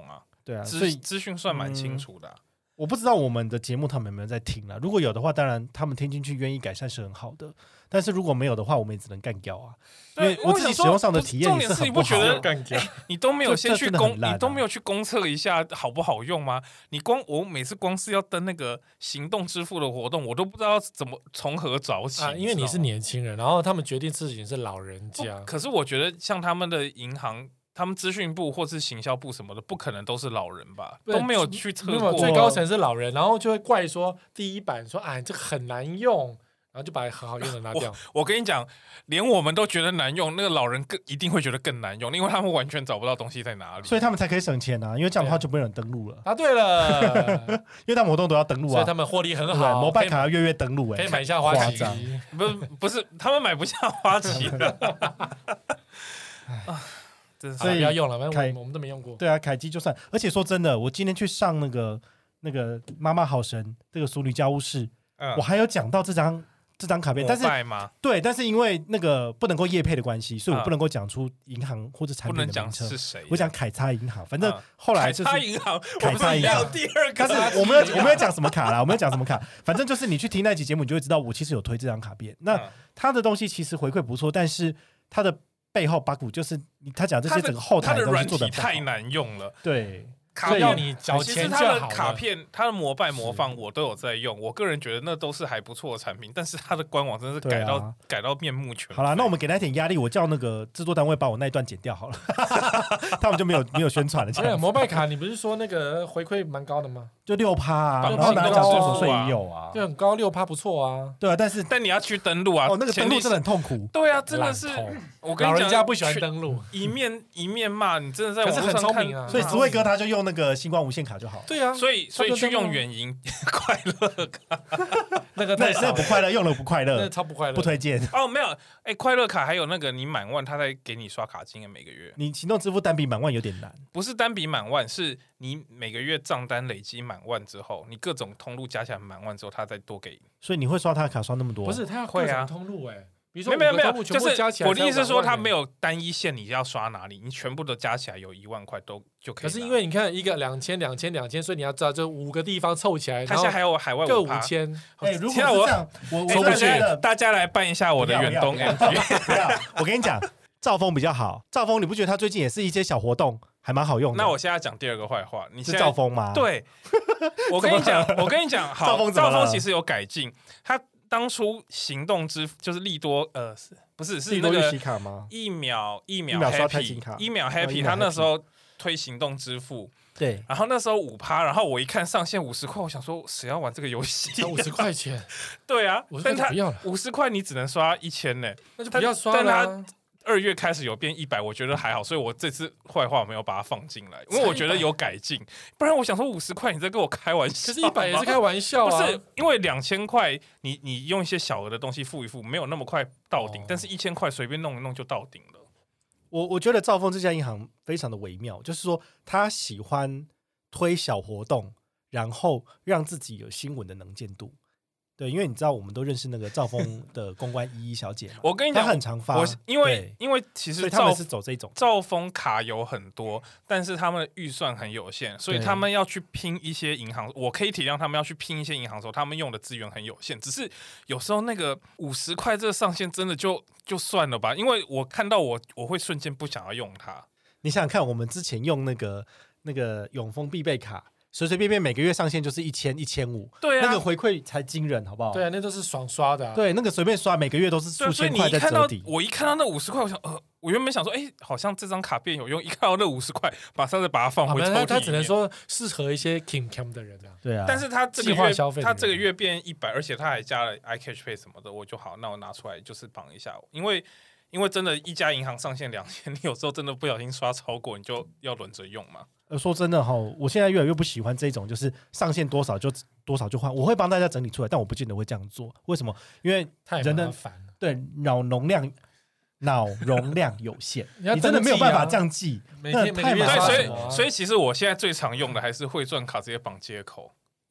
对啊，所资以资讯算蛮清楚的、啊。 我不知道我们的节目他们有没有在听啦，如果有的话，当然他们听进去愿意改善是很好的，但是如果没有的话，我们也只能干掉啊。因为我自己使用上的体验也是很不好的。 干掉， 你都没有先去公， 啊、 你都没有去公测一下好不好用吗？你光我每次光是要登那个行动支付的活动，我都不知道怎么从何找起啊。因为你是年轻人，然后他们决定事情是老人家。 可是我觉得像他们的银行。他们资讯部或是行销部什么的，不可能都是老人吧？都没有去测过。 最高层是老人，然后就会怪说第一版说哎这个很难用，然后就把很好用的拿掉。 我, 我跟你讲，连我们都觉得难用，那个老人更一定会觉得更难用，因为他们完全找不到东西在哪里， 所以他们才可以省钱啊。因为这样的话就没有人登录了啊。对了， 因为他们活动都要登录啊， 所以他们获利很好。 摩拜卡要月月登录，哎， 可以买下花旗。 不是不是，他们买不下花旗的。啊所以不要用了，反正我们都没用过。 对啊，凯基就算。而且说真的，我今天去上那个那个妈妈好神这个淑女家务事，嗯、我还有讲到这张这张卡片，但是对，但是因为那个不能够业配的关系，所以我不能够讲出银行或者产品的名称。不能讲是谁？ 我讲凯差银行，反正后来就是凯差银行， 凯差银行第二个。 但是我们有我们有讲什么卡啦？我们有讲什么卡？反正就是你去听那期节目，你就会知道我其实有推这张卡片。那它的东西其实回馈不错，但是它的背后把股就是他讲这些整个后台的东西做的太难用了， 对， 卡要你缴钱就好了。 其实它的卡片、它的摩拜魔方我都有在用，我个人觉得那都是还不错的产品，但是它的官网真的是改到、啊、改到面目全非。 好了，那我们给他一点压力，我叫那个制作单位把我那一段剪掉好了，他们就没有没有宣传了。这样摩拜卡你不是说那个回馈蛮高的吗？ 就六趴啊， 然后拿奖金税也有啊， 就很高，六趴不错啊。 对啊，但是但你要去登录啊， 哦，那个登录真的很痛苦。 对啊，真的是，我跟你讲， 老人家不喜欢登录， 一面一面骂你，真的在网络上看啊。 所以职位哥他就用那个星光无限卡就好。 对啊， 所以所以去用远银快乐卡， 那个那那不快乐，用了不快乐， 那超不快乐， 不推荐。 哦，没有，哎，快乐卡还有那个你满万，他在给你刷卡金的每个月。 你行动支付单笔满万有点难， 不是单笔满万，是你每个月账单累积满万之后。你各种通路加起来满万之后，他再多给你， 所以你会刷他的卡刷那么多？ 不是，他要各种通路哎、欸，比如说没有没有，就是我的意思是说， 他没有单一线，你要刷哪里，你全部都加起来有一万块都就可以。 可是因为你看一个两千两千两千，所以你要知道这五个地方凑起来， 他现在还有海外各五千。 哎，如果是这样，我我大家大家来办一下我的远东 M G。 不要，我跟你讲，兆丰比较好。兆丰，你不觉得他最近也是一些小活动？还蛮好用的。 那我现在讲第二个坏话，你是兆丰吗？ 对，我跟你讲，我跟你讲，好，兆丰其实有改进。他当初行动支付就是利多，呃，不是是那个一秒一秒 happy 一秒 happy， 他那时候推行动支付， 对， 然后那时候五趴，然后我一看上限五十块，我想说谁要玩这个游戏？ 才五十块钱， 对啊，但他不要了， 五十块你只能刷一千呢， 那就不要刷了。 二月开始有变一百，我觉得还好，所以我这次坏话没有把它放进来，因为我觉得有改进。不然我想说五十块，你在跟我开玩笑？ 可是一百也是开玩笑啊！ 不是因为两千块，你你用一些小额的东西付一付，没有那么快到顶，哦、但是一千块随便弄一弄就到顶了。 我我觉得兆丰这家银行非常的微妙，就是说他喜欢推小活动，然后让自己有新闻的能见度。对，因为你知道，我们都认识那个兆丰的公关依依小姐嘛。 我跟你讲， 她很常发。 我因为因为其实他们是走这种兆丰卡有很多，但是他们的预算很有限，所以他们要去拼一些银行。我可以体谅他们要去拼一些银行的时候，他们用的资源很有限。只是有时候那个五十块这个上限真的就就算了吧，因为我看到我我会瞬间不想要用它。 你想想看，我们之前用那个那个永丰必备卡。随随便便每个月上限就是一千一千五， 对啊， 那个回馈才惊人，好不好？ 对啊，那都是爽刷的、啊。 对，那个随便刷，每个月都是数千块在折抵。 我一看到那五十块，我想，呃，我原本想说，哎、欸，好像这张卡变有用，一看到那五十块，马上就把它放回抽屉里面。 他只能说适合一些 king cam 的人啊。 对啊， 但是他这个月他这个月变一百，而且他还加了 iCash Pay 什么的，我就好，那我拿出来就是绑一下，因为。因为真的，一家银行上限两千，你有时候真的不小心刷超过，你就要轮着用嘛。 呃，说真的哈，我现在越来越不喜欢这种，就是上限多少就多少就换。我会帮大家整理出来，但我不见得会这样做。为什么？因为人的对脑容量脑容量有限，你, 啊、你真的没有办法这样记， 每天每天对，所以所以其实我现在最常用的还是汇赚卡直接绑接口。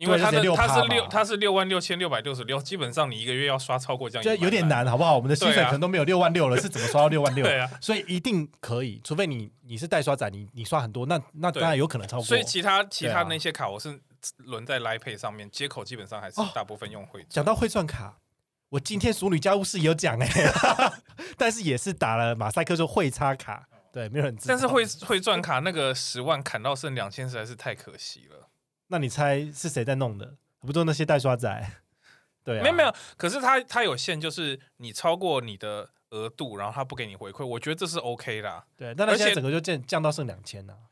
因为它的对它是就是六它是六万六千六百六十六，基本上你一个月要刷超过这样， 就有点难，好不好？我们的薪水对啊可能都没有六万六了，是怎么刷到六万六？ 对啊， 所以一定可以，除非你你是代刷仔，你你刷很多，那那当然有可能超过。 所以其他其他对啊那些卡我是轮在 Line Pay 上面，接口基本上还是大部分用汇讲到汇赚卡，我今天熟女家务事也有讲哎、欸，但是也是打了马赛克说汇差卡，对，没有人知道。 但是汇汇赚卡那个十万砍到剩两千，实在是太可惜了。 那你猜是谁在弄的？不都那些代刷仔？对啊， 没有没有，可是它它有限，就是你超过你的额度，然后他不给你回馈，我觉得这是 OK 啦。 对，但他现在整个就降降到剩两千了。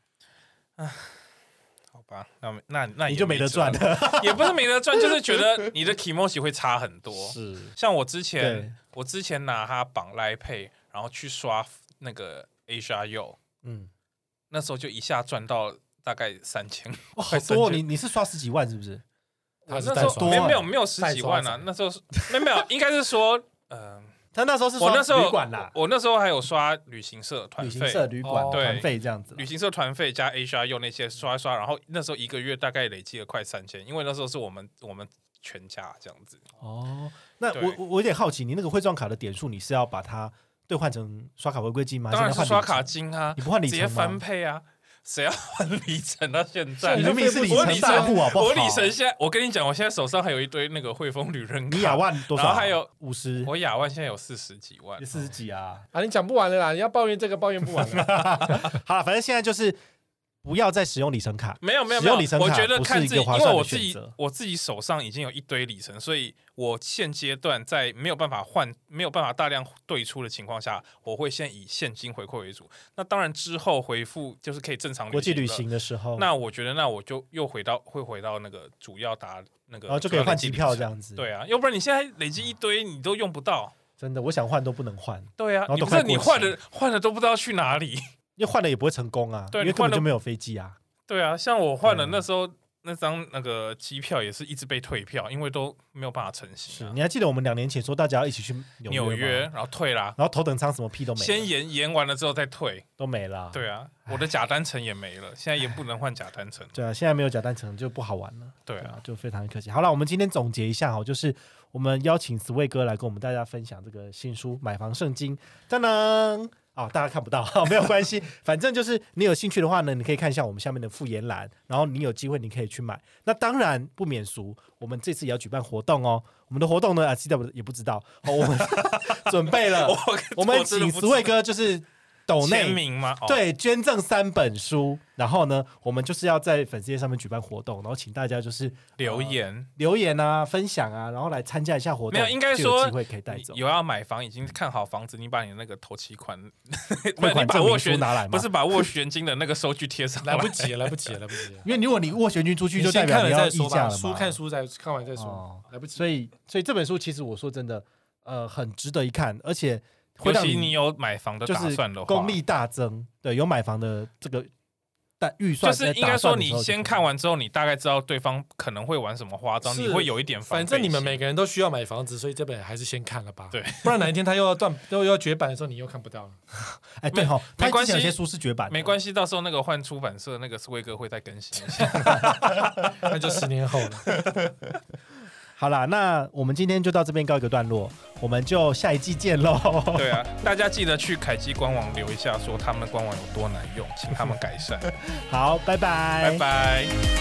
好吧，那那那你就没得赚了， 了。 也不是没得赚，就是觉得你的 Kimochi 会差很多。 是， 像我之前对， 我之前拿它绑 Line Pay，然后去刷那个 Asia U， 嗯， 那时候就一下赚到大概三千， 哇，好多哦！你你是刷十几万是不是？ 我那时候他是代刷没有没有欸没有十几万啊， 代刷仔那时候是没有没有，应该是说呃。 他那时候是我那时候旅馆啦， 我那时候还有刷旅行社团旅行费， 社旅馆哦团费这样子啦。 旅行社团费加 Asia 用那些刷一刷，然后那时候一个月大概累积了快三千，因为那时候是我们我们全家这样子。 哦，那对我我我有点好奇，你那个汇赚卡的点数，你是要把它兑换成刷卡违规金吗？ 当然是还刷卡换里程， 金啊， 你不换里直接程吗翻？配啊，谁要换里程到现在？ 你明明是里程大户好不好？ 我里程现在，我跟你讲，我现在手上还有一堆那个汇丰旅人卡， 你亚万多少？ 然后还有五十， 我亚万现在有四十几万， 四十几啊。 啊，你讲不完了啦，你要抱怨这个抱怨不完了。 好了，反正现在就是不要再使用里程卡。 没有没有没有使用里程，卡我觉得不是看自己，因一个划算的为我自己选择我自己手上已经有一堆里程，所以我现阶段在没有办法换、没有办法大量兑出的情况下，我会先以现金回馈为主。那当然之后回复就是可以正常国际旅了， 行的时候， 那我觉得那我就又回到会回到那个主要打那个， 然后就可以换机票这。样子。 对啊，要不然你现在累积一堆，你都用不到。 真的，我想换都不能换， 对啊然，后你不都快过期是你换的换的都不知道去哪里。 因为换了也不会成功啊， 对因为你换了根本就没有飞机啊。 对啊，像我换了对啊那时候那张那个机票也是一直被退票，因为都没有办法成是行、啊。 你还记得我们两年前说大家要一起去纽纽约， 约吗， 然后退啦， 然后头等舱什么屁都没了， 先延延完了之后再退。 都没了。 对啊，我的假单程也没了，现在也不能换假单程。 对啊，现在没有假单程就不好玩了。 对啊， 对啊，就非常可惜。好了，我们今天总结一下哈，就是我们邀请 Sway 哥来跟我们大家分享这个新书《买房圣经》。当当啊、哦，大家看不到，没有关系，反正就是你有兴趣的话呢，你可以看一下我们下面的附言栏，然后你有机会你可以去买。那当然不免俗，我们这次也要举办活动哦。我们的活动呢，啊 C W 也不知道，哦、我们准备了， 我我们请真的不知 Sway 哥就是抖内签名吗？哦， 对，捐赠三本书，然后呢，我们就是要在粉丝页上面举办活动，然后请大家就是留言。 留言啊、分享啊，然后来参加一下活动。 没有应该就有说机会可以带走有要买房，已经看好房子，你把你的那个头期款，不汇是你把款证明书斡旋拿来嘛。 不是把斡旋金的那个收据贴上来， 来不及了，来不及了，来不及了。 因为如果你斡旋金出去，就代你先看了表你要再说吧， 议价了嘛。 书看书再看完再说哦， 来不及。 所以，所以这本书其实我说真的，呃，很值得一看，而且会让尤其你有买房的就是打算的话， 功力大增。对，有买房的这个但预算， 就是应该说，你先在打算的时候就可以看完之后，你大概知道对方可能会玩什么花招， 是你会有一点防备反正你们心每个人都需要买房子，所以这本还是先看了吧。 对， 不然哪一天他又要断，又要绝版的时候，你又看不到了。 哎，对哈， 没关系他之前有些书是绝版的， 没关系，到时候那个换出版社那个斯威哥会再更新一下。 那就十年后了。 好啦，那我们今天就到这边告一个段落，我们就下一季见喽。 对啊，大家记得去凯基官网留一下，说他们官网有多难用，请他们改善。 好，拜拜， 拜拜。